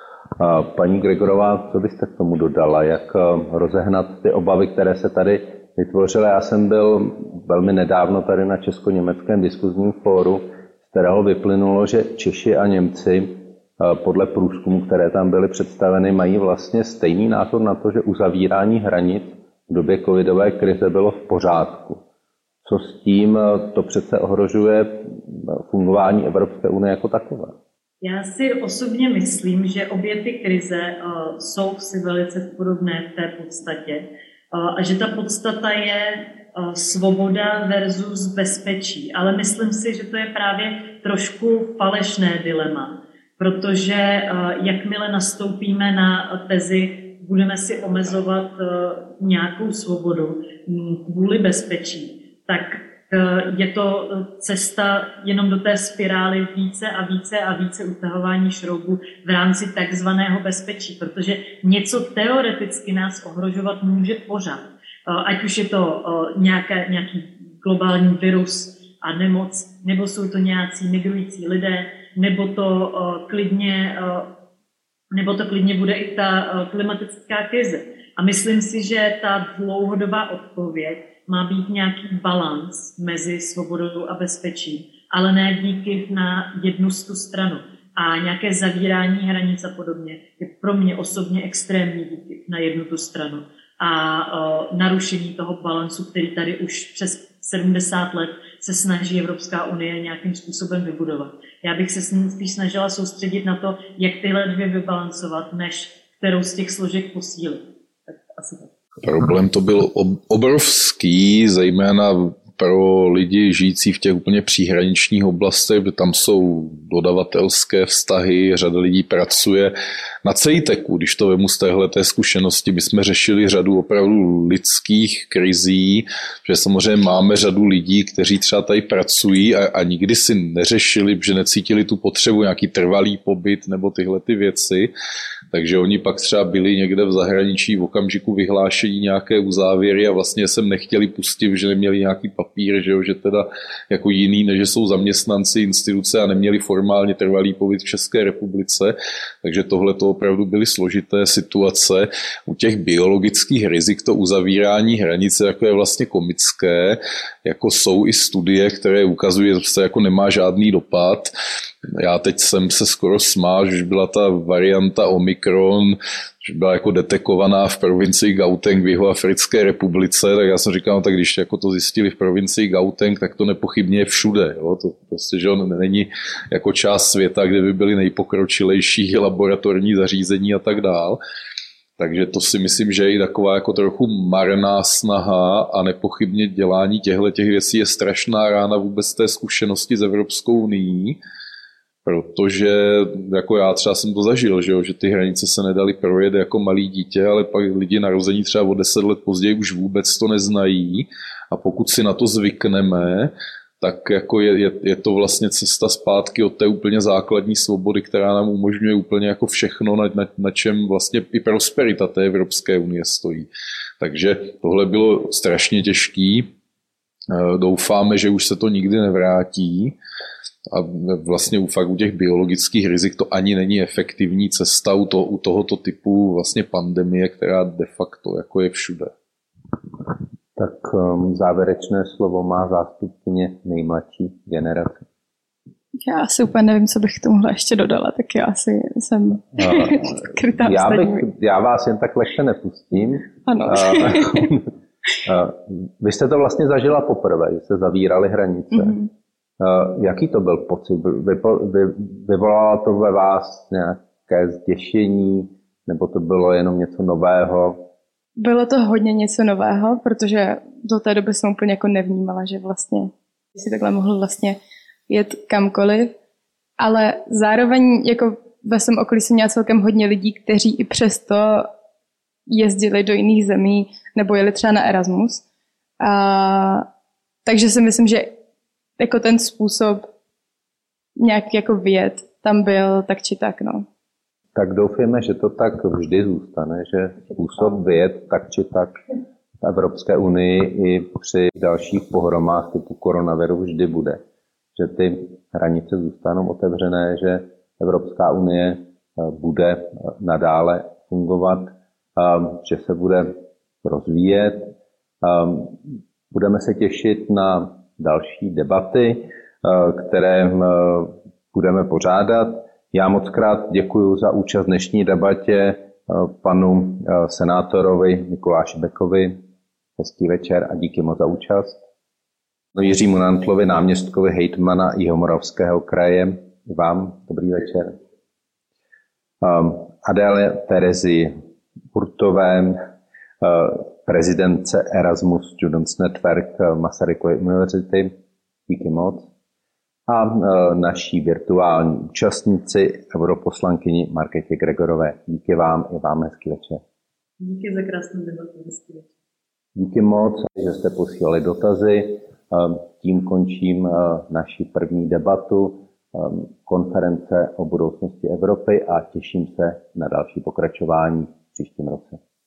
Paní Gregorová, co byste k tomu dodala? Jak rozehnat ty obavy, které se tady vytvořily? Já jsem byl velmi nedávno tady na Česko-německém diskuzním fóru, z kterého vyplynulo, že Češi a Němci podle průzkumů, které tam byly představeny, mají vlastně stejný názor na to, že uzavírání hranic v době covidové krize bylo v pořádku. Co s tím? To přece ohrožuje fungování Evropské unie jako takové. Já si osobně myslím, že obě ty krize uh, jsou si velice podobné v té podstatě uh, a že ta podstata je uh, svoboda versus bezpečí. Ale myslím si, že to je právě trošku falešné dilema, protože uh, jakmile nastoupíme na tezi, budeme si omezovat uh, nějakou svobodu kvůli bezpečí, tak je to cesta jenom do té spirály více a více a více utahování šroubů v rámci takzvaného bezpečí, protože něco teoreticky nás ohrožovat může pořád. Ať už je to nějaké, nějaký globální virus a nemoc, nebo jsou to nějací migrující lidé, nebo to klidně, nebo to klidně bude i ta klimatická krize. A myslím si, že ta dlouhodobá odpověď má být nějaký balans mezi svobodou a bezpečím, ale ne díky na jednu z tu stranu. A nějaké zavírání hranic a podobně je pro mě osobně extrémní díky na jednu tu stranu. A o, narušení toho balancu, který tady už přes sedmdesát let se snaží Evropská unie nějakým způsobem vybudovat. Já bych se spíš snažila soustředit na to, jak tyhle dvě vybalancovat, než kterou z těch složek posílit. Tak asi tak. Problém to byl obrovský, zejména pro lidi žijící v těch úplně příhraničních oblastech, kde tam jsou dodavatelské vztahy, řada lidí pracuje na cejteku. Když to vemu z téhleté zkušenosti, my jsme řešili řadu opravdu lidských krizí, že samozřejmě máme řadu lidí, kteří třeba tady pracují a, a nikdy si neřešili, že necítili tu potřebu nějaký trvalý pobyt nebo tyhle ty věci. Takže oni pak třeba byli někde v zahraničí v okamžiku vyhlášení nějaké uzávěry a vlastně sem nechtěli pustit, že neměli nějaký papír, že, jo, že teda jako jiný, než že jsou zaměstnanci instituce a neměli formálně trvalý pobyt v České republice. Takže tohle to opravdu byly složité situace. U těch biologických rizik to uzavírání hranice jako je vlastně komické, jako jsou i studie, které ukazují, že to jako nemá žádný dopad. Já teď jsem se skoro smál, že byla ta varianta Omikron, že byla jako detekovaná v provincii Gauteng v Jihoafrické republice, tak já jsem říkal, no, tak když jako to zjistili v provincii Gauteng, tak to nepochybně je všude. Jo? To prostě, že on není jako část světa, kde by byly nejpokročilejší laboratorní zařízení a tak dál. Takže to si myslím, že je i taková jako trochu marná snaha a nepochybně dělání těchto těch věcí je strašná rána vůbec té zkušenosti s Evropskou unií. Protože jako já třeba jsem to zažil, že, jo, že ty hranice se nedaly projet jako malý dítě, ale pak lidi narození třeba o deset let později už vůbec to neznají a pokud si na to zvykneme, tak jako je, je, je to vlastně cesta zpátky od té úplně základní svobody, která nám umožňuje úplně jako všechno, na, na, na čem vlastně i prosperita té Evropské unie stojí. Takže tohle bylo strašně těžký. Doufáme, že už se to nikdy nevrátí. A vlastně u, fakt u těch biologických rizik to ani není efektivní cesta u, to, u tohoto typu vlastně pandemie, která de facto jako je všude. Tak um, závěrečné slovo má zástupkyně nejmladší generace. Já asi úplně nevím, co bych k tomuhle ještě dodala, tak já asi jsem uh, krytá já, bych, já vás jen tak lehce nepustím. Ano. Uh, uh, vy jste to vlastně zažila poprvé, že se zavíraly hranice. Mm-hmm. Uh, jaký to byl pocit? Vy, vy, vyvolalo to ve vás nějaké zděšení, nebo to bylo jenom něco nového? Bylo to hodně něco nového, protože do té doby jsem úplně jako nevnímala, že vlastně si takhle mohl vlastně jet kamkoliv, ale zároveň jako ve svém okolí jsem měla celkem hodně lidí, kteří i přesto jezdili do jiných zemí nebo jeli třeba na Erasmus. A, takže si myslím, že jako ten způsob nějak jako vyjet tam byl tak či tak, no. Tak doufejme, že to tak vždy zůstane, že způsob vyjet tak či tak v Evropské unii i při dalších pohromách typu koronaviru vždy bude. Že ty hranice zůstanou otevřené, že Evropská unie bude nadále fungovat, že se bude rozvíjet. Budeme se těšit na další debaty, které budeme pořádat. Já moc krát děkuji za účast v dnešní debatě panu senátorovi Mikuláši Bekovi. Hezký večer a díky moc za účast. No, Jiřímu Nantlovi, náměstkovi hejtmana Jihomoravského kraje. I vám dobrý večer. Adéle Terezi Hurtové, prezidentce Erasmus Students Network Masarykovy univerzity. Díky moc. A naší virtuální účastníci, europoslankyni Markétě Gregorové. Díky vám, i vám hezký večer. Díky za krásnou debatu, hezký večer. Díky moc, že jste posílali dotazy. Tím končím naši první debatu konference o budoucnosti Evropy a těším se na další pokračování v příštím roce.